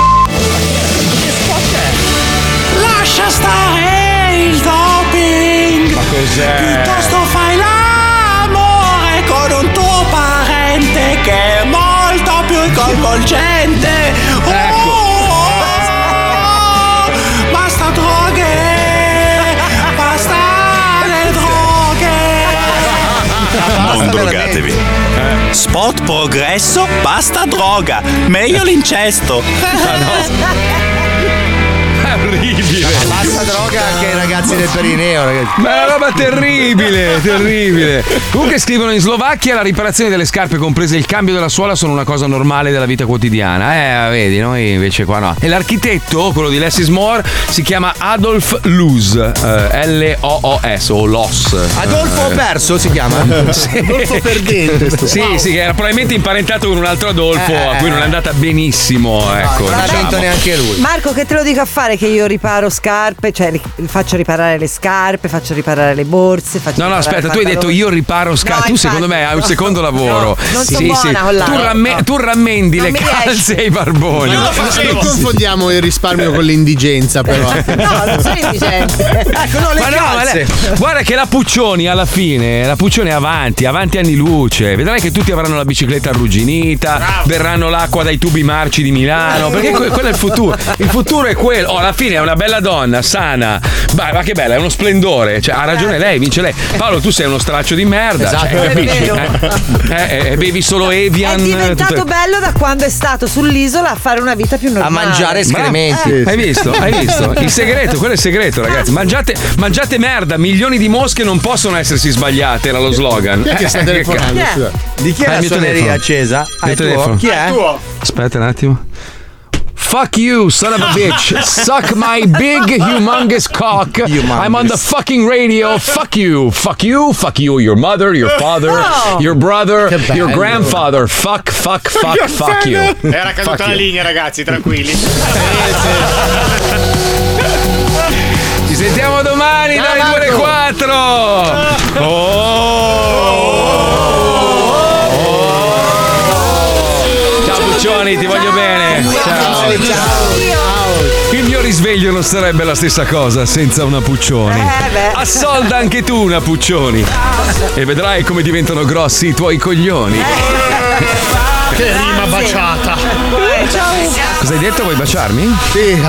Lascia stare il doping. Ma cos'è? Piuttosto fai l'amore con un tuo parente che è molto più coinvolgente. Ecco. Oh, basta droghe. Basta le droghe. Non drogatevi. Spot progresso, basta droga. Meglio l'incesto. È orribile. Basta droga anche ai ragazzi del Perineo, ragazzi. Ma è una roba terribile, terribile. Comunque scrivono in Slovacchia la riparazione delle scarpe, comprese il cambio della suola, sono una cosa normale della vita quotidiana. Eh, vedi, noi invece qua no. E l'architetto, quello di Less is More, si chiama Adolf Loos, eh, L O O S o Los. Adolfo Eh, Perso si chiama? Sì. Adolfo Perdente. sto- Sì, sì, che era probabilmente imparentato con un altro Adolfo Eh, a cui non è andata benissimo. Ecco, non ha diciamo. vinto neanche lui. Marco, che te lo dico a fare che io riparo scarpe, cioè ri- faccio riparare le scarpe, faccio riparare le borse, faccio No, no, riparare aspetta, tu hai detto pantaloni. io riparo scarpe. No, tu infatti, secondo me hai un no. secondo lavoro. No, non sì, sono sì. buona con Tu, l'altro. ramme- No. tu rammendi Non le mi calze riesce. e i barboni. Non confondiamo il risparmio con l'indigenza, però. No, non sono indigente. Ecco, no, le Ma no, ma calze. lei- guarda che la Puccioni alla fine, la Puccioni è avanti, avanti anni luce. Vedrai che tutti avranno la bicicletta arrugginita, verranno l'acqua dai tubi marci di Milano, perché que- quello è il futuro. Il futuro è quello. Oh, alla fine è una bella donna, sana. Ma, ma che bella, è uno splendore. Cioè, ha ragione lei, vince lei. Paolo, tu sei uno straccio di merda. Esatto, cioè, è capisci? vero. Eh, eh, eh, bevi solo Evian. È diventato tutte- bello da quando è stato sull'isola a fare una vita più normale. A mangiare escrementi. Eh, hai visto? Hai visto? Il segreto, quello è il segreto, ragazzi. Mangiate, mangiate merda, milioni di mosche non possono essersi sbagliate, era lo slogan. Chi è che sta Eh, telefonando? ca- Scusa. Di chi è Ah, la il mio suoneria telefono. accesa? Ah, Il è tuo? telefono. Chi è? Aspetta un attimo. Fuck you, son of a bitch. Suck my big, humongous cock. I'm on the fucking radio. Fuck you. Fuck you. Fuck you. Your mother, your father, Oh. your brother, Che your bello. grandfather. Fuck, fuck, fuck, fuck you. Era caduta Fuck la you. linea, ragazzi, tranquilli. Ci sentiamo domani dalle due alle quattro. Ciao Puccioni, ti voglio bene. Ciao. Il mio risveglio non sarebbe la stessa cosa senza una Puccioni. Assolda anche tu una Puccioni. E vedrai come diventano grossi i tuoi coglioni. Che rima baciata. Cosa hai detto? Vuoi baciarmi? Sì.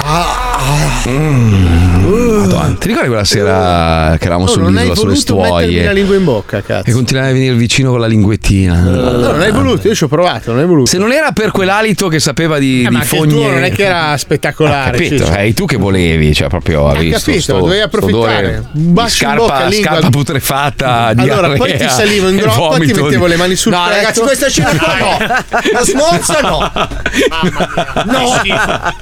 Madonna. Ti ricordi quella sera che eravamo Oh, non hai sull'isola sulle voluto mettermi la stuoie? lingua in bocca, cazzo. E continuavi a venire vicino con la linguettina. No, non hai voluto, io ci ho provato, non hai voluto. Se non era per quell'alito che sapeva di, Eh, di ma anche il fogne. tuo non è che era spettacolare. Ho capito, Ciccio. eri tu che volevi, cioè proprio avevi sto, capito, sto, dovevi sto approfittare. odore Un di bacio in bocca, scarpa, lingua. scarpa putrefatta, Allora, poi diarrea ti salivo in e groppa, ti vomito mettevo di- le mani sul No, petto. ragazzi, questa scena qua no. La smorza no. No.